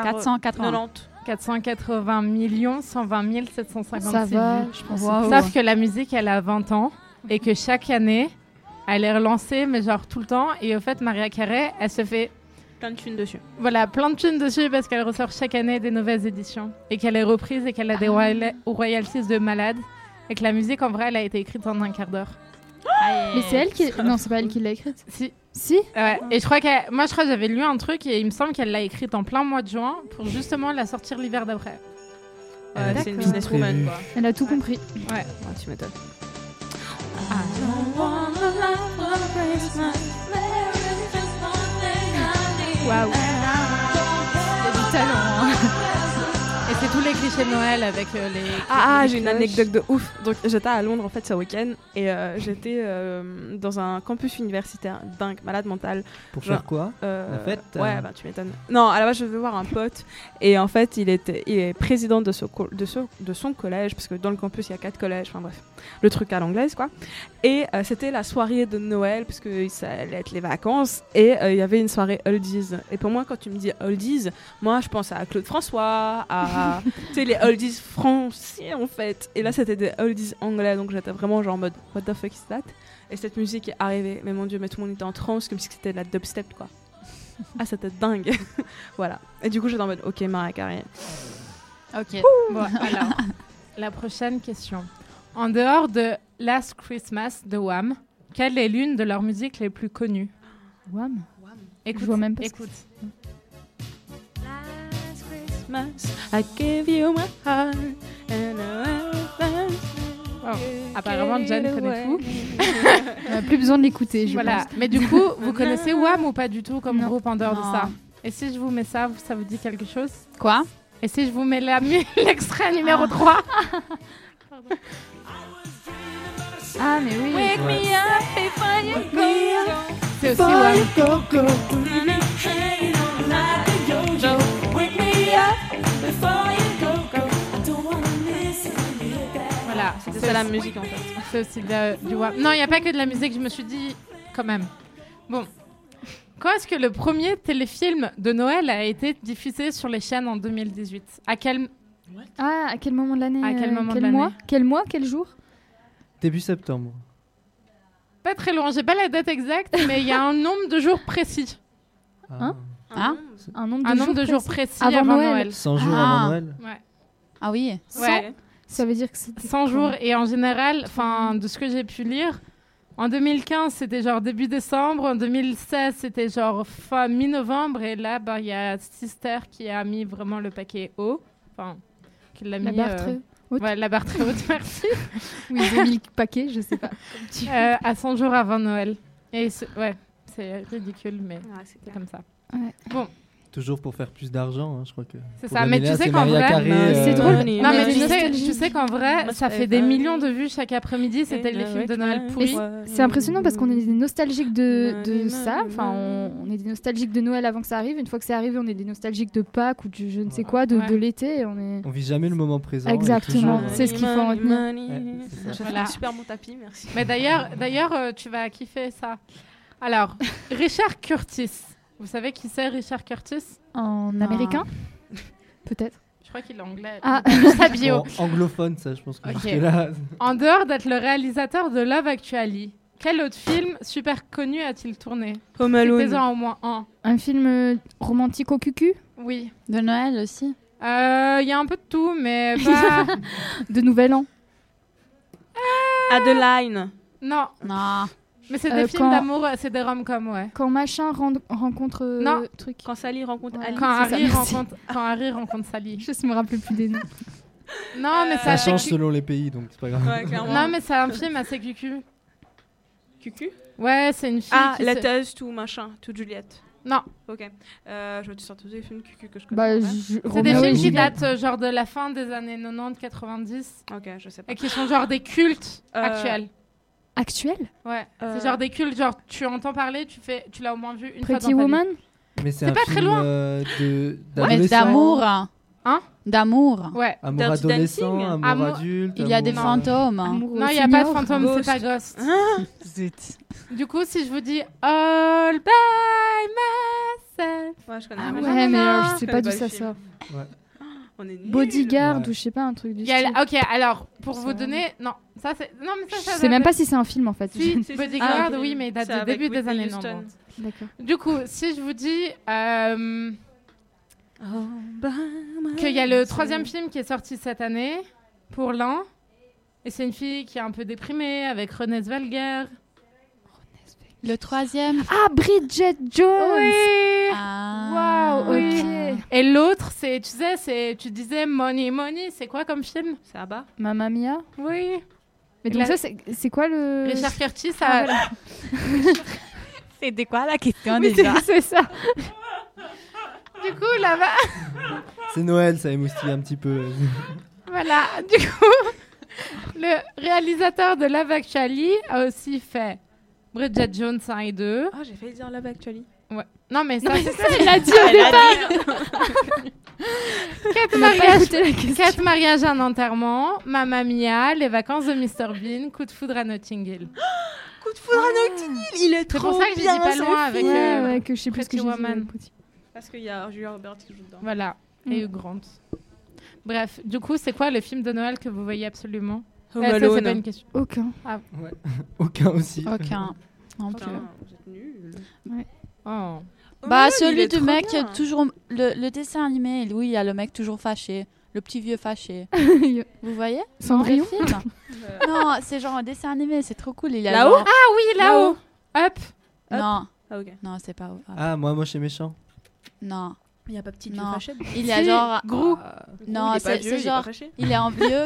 480 millions 120 756 Ça va, vues. je pense. Sauf que la musique, elle a 20 ans et que chaque année, elle est relancée, mais genre tout le temps. Et au fait, Mariah Carey, elle se fait plein de thunes dessus. Voilà, plein de thunes dessus parce qu'elle ressort chaque année des nouvelles éditions et qu'elle est reprise et qu'elle a des royalties de malade et que la musique, en vrai, elle a été écrite en un quart d'heure. Mais c'est elle qui... Non, c'est pas elle qui l'a écrite. Si. Ouais. Et je crois que moi, que j'avais lu un truc et il me semble qu'elle l'a écrite en plein mois de juin pour justement la sortir l'hiver d'après. C'est une businesswoman, quoi. Elle a tout compris. Ouais. Tu m'étonnes. Waouh. Il y a du talent. Et tous les clichés de Noël avec les... J'ai une anecdote de ouf. Donc j'étais à Londres en fait ce week-end et j'étais dans un campus universitaire dingue, malade mental. Pour faire quoi La fête Ouais, bah tu m'étonnes. Non, à la base je devais voir un pote et en fait il est président de son collège, parce que dans le campus il y a 4 collèges, enfin bref, le truc à l'anglaise quoi. Et c'était la soirée de Noël, parce que ça allait être les vacances, et il y avait une soirée oldies. Et pour moi, quand tu me dis oldies, moi je pense à Claude François, à tu sais, les oldies français en fait. Et là c'était des oldies anglais, donc j'étais vraiment genre en mode what the fuck is that? Et cette musique est arrivée, mais mon dieu, mais tout le monde était en transe comme si c'était de la dubstep quoi. Ah, c'était dingue. Voilà. Et du coup j'étais en mode ok, Mariah Carey. Ok. Bon, alors la prochaine question. En dehors de Last Christmas de Wham, quelle est l'une de leurs musiques les plus connues? Wham. Écoute, Je vois même pas. écoute. Last Christmas, I gave you my heart, Apparemment, Jen connaît tout. On n'a plus besoin de l'écouter. Voilà. Mais du coup, vous connaissez Wham ou pas du tout comme groupe en dehors de ça? Et si je vous mets ça, ça vous dit quelque chose? Quoi? Et si je vous mets l'extrait numéro 3? Ah, mais oui. Wake me up before you go. C'est aussi Wham. Voilà, c'était ça la musique en fait. C'est aussi du Wham. Non, il n'y a pas que de la musique, je me suis dit quand même. Bon. Quand est-ce que le premier téléfilm de Noël a été diffusé sur les chaînes en 2018? À quel moment de l'année? À quel moment de quel l'année? mois? Quel mois? Quel jour? Début septembre. Pas très loin, j'ai pas la date exacte, mais il y a un nombre de jours précis. Hein? Un nombre de jours précis avant Noël. Noël. 100 jours avant Noël. Ouais. Ah oui. Ouais. Ça veut dire que c'était 100 jours, et en général, de ce que j'ai pu lire, en 2015 c'était genre début décembre, en 2016 c'était genre fin mi-novembre, et là il y a Sister qui a mis vraiment le paquet haut, qui l'a mis la barre très haute. Ouais, la barre très haute, merci. Oui, ils ont mis le paquet, je sais pas. À 100 jours avant Noël. Et c'est ridicule, mais c'est comme ça. Ouais. Bon. Toujours pour faire plus d'argent, je crois que. C'est ça, mais tu sais qu'en vrai, c'est drôle. Non, mais tu sais qu'en vrai, ça fait des millions de vues chaque après-midi. C'était les films de Noël pourris. C'est impressionnant parce qu'on est des nostalgiques de ça. Enfin, on est des nostalgiques de Noël avant que ça arrive. Une fois que c'est arrivé, on est des nostalgiques de Pâques ou de je ne sais quoi, de l'été. On vit jamais le moment présent. Exactement. C'est ce qu'il faut en retenir. J'ai fait un super bon tapis, merci. Mais d'ailleurs, tu vas kiffer ça. Alors, Richard Curtis. Vous savez qui c'est, Richard Curtis? En américain? Peut-être. Je crois qu'il est anglais. Ah, sa bio. Anglophone, ça, je pense que okay. là... En dehors d'être le réalisateur de Love Actually, quel autre film super connu a-t-il tourné? Home Alone. C'était-en au moins un. Un film romantique au cucu? Oui. De Noël aussi? Il y a un peu de tout, mais pas... De Nouvel An? Adeline. Non. Non. Mais c'est des films d'amour, c'est des rom-coms, ouais. Quand machin rencontre non. Truc. Quand Sally rencontre Ali. Quand Harry rencontre Sally. Je me rappelle plus des noms. Non, mais ça change selon les pays, donc c'est pas grave. Ouais, clairement. Non, mais c'est un film assez cucu. Cucu? Ouais, c'est une fille qui Letters to machin, to Juliette. Non. Ok. Je vais te sortir des films cucu que je connais. C'est des films qui datent genre de la fin des années 90-90. Ok, je sais pas. Et qui sont genre des cultes actuels. Actuel? Ouais, c'est genre des cultes, genre tu entends parler, tu l'as au moins vu une fois dans ta Pretty Woman? Mais c'est pas très loin. Mais d'amour. Hein? D'amour. Ouais. Amour adolescent, amour adulte. Il y a des fantômes. Non, il n'y a pas de fantômes, c'est pas Ghost. Zut. Du coup, si je vous dis All by myself. Ouais, je connais. Ouais, mais alors, je sais pas d'où ça sort. Ouais. Bodyguard ou je sais pas, un truc du style. Ok, alors pour vous donner, non, ça c'est, non mais ça. Je sais même pas si c'est un film en fait. Si, Bodyguard, oui, mais il date du début des années 90. D'accord. Du coup, si je vous dis qu'il y a le 3e film qui est sorti cette année pour l'an, et c'est une fille qui est un peu déprimée avec Renée Zellweger. Le 3e. Ah, Bridget Jones. Oui. Ah. Waouh. Ok. Et l'autre, tu disais Money, c'est quoi comme film? C'est Abba. Mamma Mia. Oui. Mais donc ça, c'est quoi le... Richard Curtis, ça... voilà. C'était quoi la question oui, déjà? C'est ça. Du coup, là-bas... C'est Noël, ça émoustille un petit peu. Voilà, du coup, le réalisateur de Love Actually a aussi fait Bridget Jones 1 et 2. Ah, j'ai failli dire Love Actually. Ouais. Non, mais ça, c'est ça, il a dit au départ. 4 mariages, un enterrement, Mamma Mia, Les vacances de Mr Bean, Coup de foudre à Notting Hill. Coup de foudre à Notting Hill, il est trop bien. C'est pour ça que j'ai dit pas loin avec que je sais plus ce que j'ai Woman. dit. Parce qu'il y a Julia Roberts qui joue dedans. Voilà, et Hugh Grant. Bref, du coup, c'est quoi le film de Noël que vous voyez absolument? Home Ça, Alone. c'est pas une question. Aucun. Ah. Ouais. Aucun aussi. Aucun. Non plus. Vous êtes nuls. Ouais. Oh. Bah, il celui est du trop mec bien. toujours. Le dessin animé, oui, il y a le mec toujours fâché. Le petit vieux fâché. Vous voyez? Cendrillon. Le film Non, c'est genre un dessin animé, c'est trop cool. Il y a Là-haut genre- Ah oui, là-haut. Up. Non. Ah, ok. Non, c'est pas. Ah, moi, moche et méchant. Non. Il n'y a pas petit vieux Non. fâché. Il y a genre. Gros. Non, il est pas c'est vieux, il est genre. pas fâché. Il est un vieux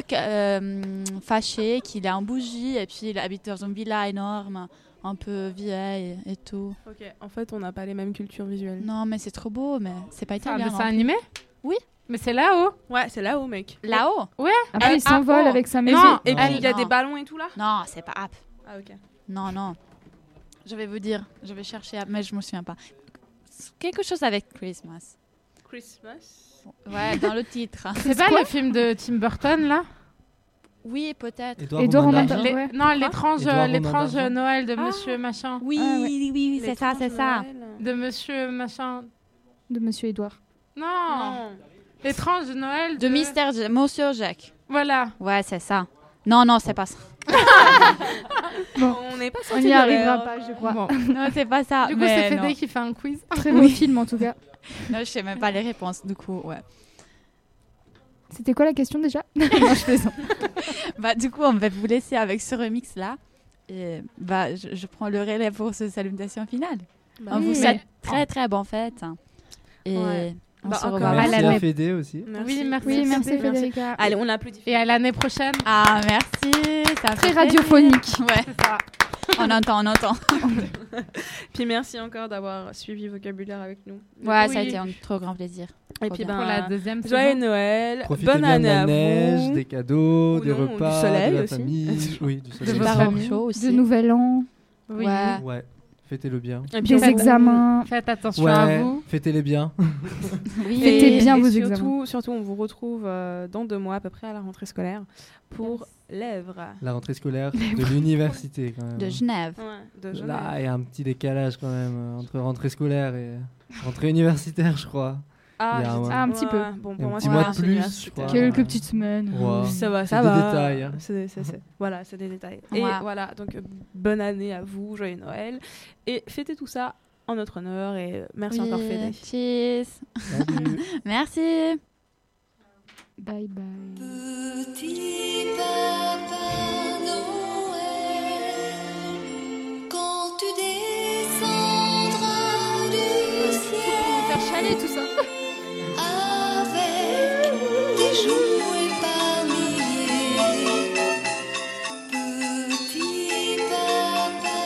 fâché, qu'il a en bougie, et puis il habite dans une villa énorme, un peu vieille et tout. Ok, en fait, on n'a pas les mêmes cultures visuelles. Non, mais c'est trop beau, mais c'est pas C'est un italien. dessin non plus. animé? Oui. Mais c'est là-haut. Ouais, c'est là-haut, mec. Là-haut? Ouais. Après, il s'envole oh. avec sa Et maison. puis, il y a Non. des ballons et tout là. Non, c'est pas Up. Ah, ok. Non, non. Je vais vous dire, je vais chercher, mais je me souviens pas. Quelque chose avec Christmas. Christmas. Ouais, dans le titre. C'est pas le film de Tim Burton, là? Oui, peut-être. Edouard Romain Romain d'Argent. d'Argent. Ouais. Non, l'étrange Édouard Romain d'Argent. Noël de Monsieur Machin. Oui, Ah, ouais. oui, c'est ça, c'est ça. De Monsieur Machin. De Monsieur Edouard. Non. L'étrange Noël De Monsieur Jack. Voilà. Ouais, c'est ça. Non, non, c'est pas ça. Bon, On n'est pas on sorti n'y de arrivera l'air. pas, je crois. Bon. Non, c'est pas ça. Du coup, mais c'est non. Fédé qui fait un quiz. Très beau film en tout cas. Non, je sais même pas les réponses, du coup, ouais. C'était quoi la question déjà? Non, je plaisante. Bah, du coup, on va vous laisser avec ce remix-là. Et bah, je prends le relais pour ce salutation finale. Bah On oui. vous souhaite très très bonne fête. Et Ouais. on Bah, se encore revoit. À Merci l'année. à Fédé aussi. Oui, merci. Oui, merci Fédé. Federica. Allez, on applaudit. Et à l'année prochaine. Ah, merci. Ça Très fait radiophonique. plaisir. Ouais, C'est ça. on entend, on entend. Puis merci encore d'avoir suivi Vocabulaire avec nous. Ouais, Oui. ça a été un trop grand plaisir. Et Trop puis bien. Pour la deuxième joyeux saison. Noël, Profitez bonne bien de année la à neige, vous. des cadeaux, Ou des non, repas, du soleil de la aussi. famille. Oui, du De soleil. vos Par familles. chaud aussi. De Nouvel An, Oui. Ouais. Ouais, fêtez-le bien. Et puis des examens. Faites attention à Ouais, vous. fêtez-les bien. Oui. Fêtez bien et vos surtout, on vous retrouve dans 2 mois à peu près à la rentrée scolaire pour Lèvres. La rentrée scolaire de l'université quand même. De Genève. Ouais, de Genève. Là, il y a un petit décalage quand même entre rentrée scolaire et rentrée universitaire, je crois. Ah, Il y a j'ai- un petit peu. Bon, Il y a pour un moi, petit c'est mois pas de plus, universitaire. je crois. Quelques petites semaines. Ouais. Ça va, C'est ça des va. détails, hein. Voilà, c'est des détails. Et Ouais. voilà, donc bonne année à vous, joyeux Noël. Et fêtez tout ça en notre honneur et merci Oui. encore Fédé. Cheers. Salut. Merci. Bye bye. Petit papa Noël, quand tu descendras du ciel, Faire chaler tout ça. avec des jouets par milliers. Petit papa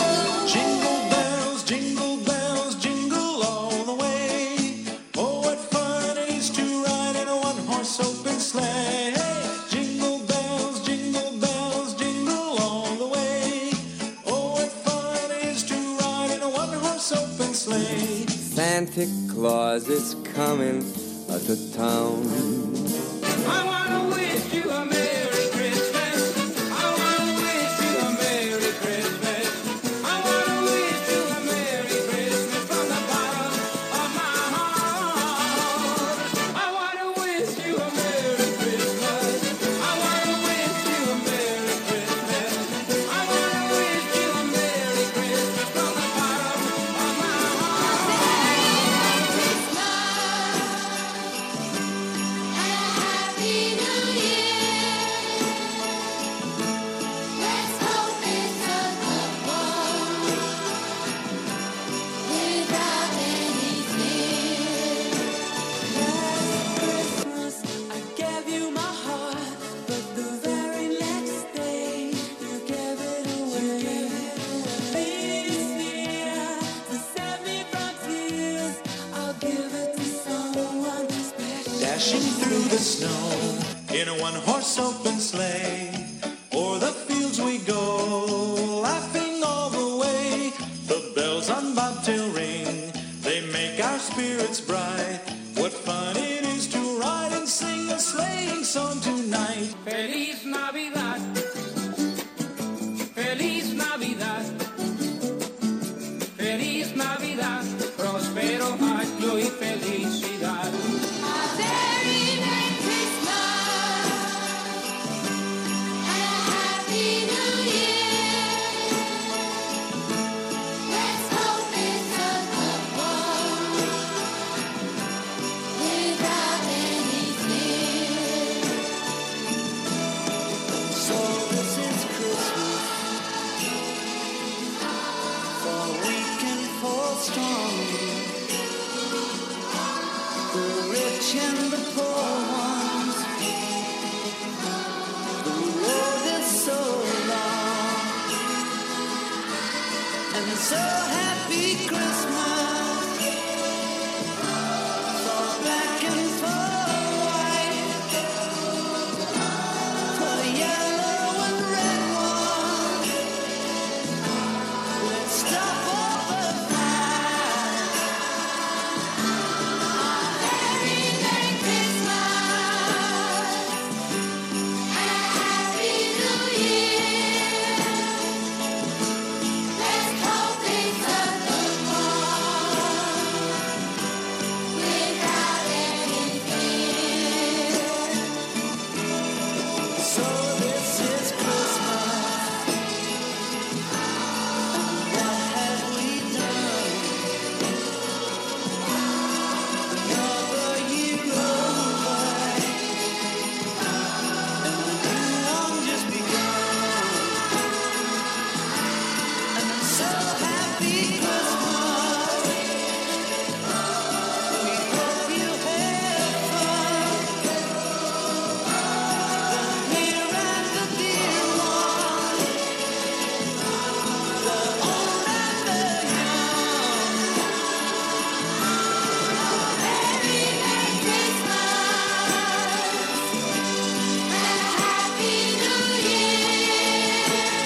Noël. Jingle bells, jingle all the way. Oh, what fun it is to ride in a one-horse open sleigh. Jingle bells, jingle all the way. Oh, what fun it is to ride in a one-horse open sleigh. Santa Claus is coming to town. I wanna wish you a Merry Christmas. I wanna wish you a Merry Christmas. I wanna wish you a Merry Christmas from the bottom of my heart. I wanna wish you a Merry Christmas. I wanna wish you a Merry Christmas. I wanna wish you a Merry Christmas from the bottom of my heart. Happy dashing through the snow in a one-horse open sleigh. O'er the fields we go, laughing all the way. The bells on bobtail ring, they make our spirits bright. What fun it is to ride and sing a sleighing song tonight. Feliz Navidad, Feliz Navidad, Feliz Navidad, próspero año y felicidad. A very Merry Christmas and a Happy New Year. Let's hope it's a good one without any fear. So this is Christmas for weak and for strong, the rich and the poor ones. The road is so long, and so happy Christmas for black and for white, for yellow and red ones. Let's stop all the fight. Very Merry Christmas and a Happy New Year. Let's hope it's a good one without any fear. So this is Christmas. What have we done? Another year over, and the new one just begun. And I'm so happy Christmas. We hope you had fun. The near and the dear one, the old and the young. Very Merry Christmas and a Happy New Year.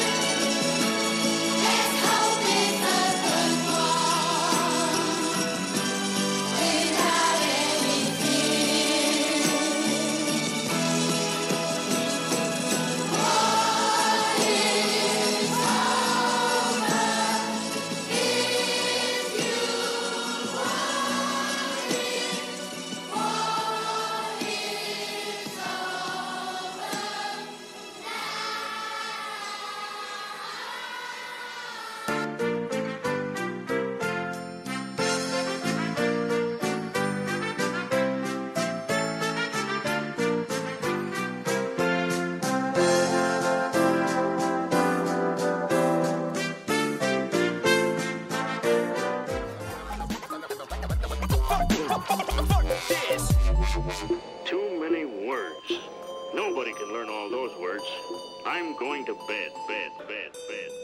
Let's hope it's a good one without any fear. What is over if you want it? What is over Too many words. Nobody can learn all those words. I'm going to bed, bed, bed, bed.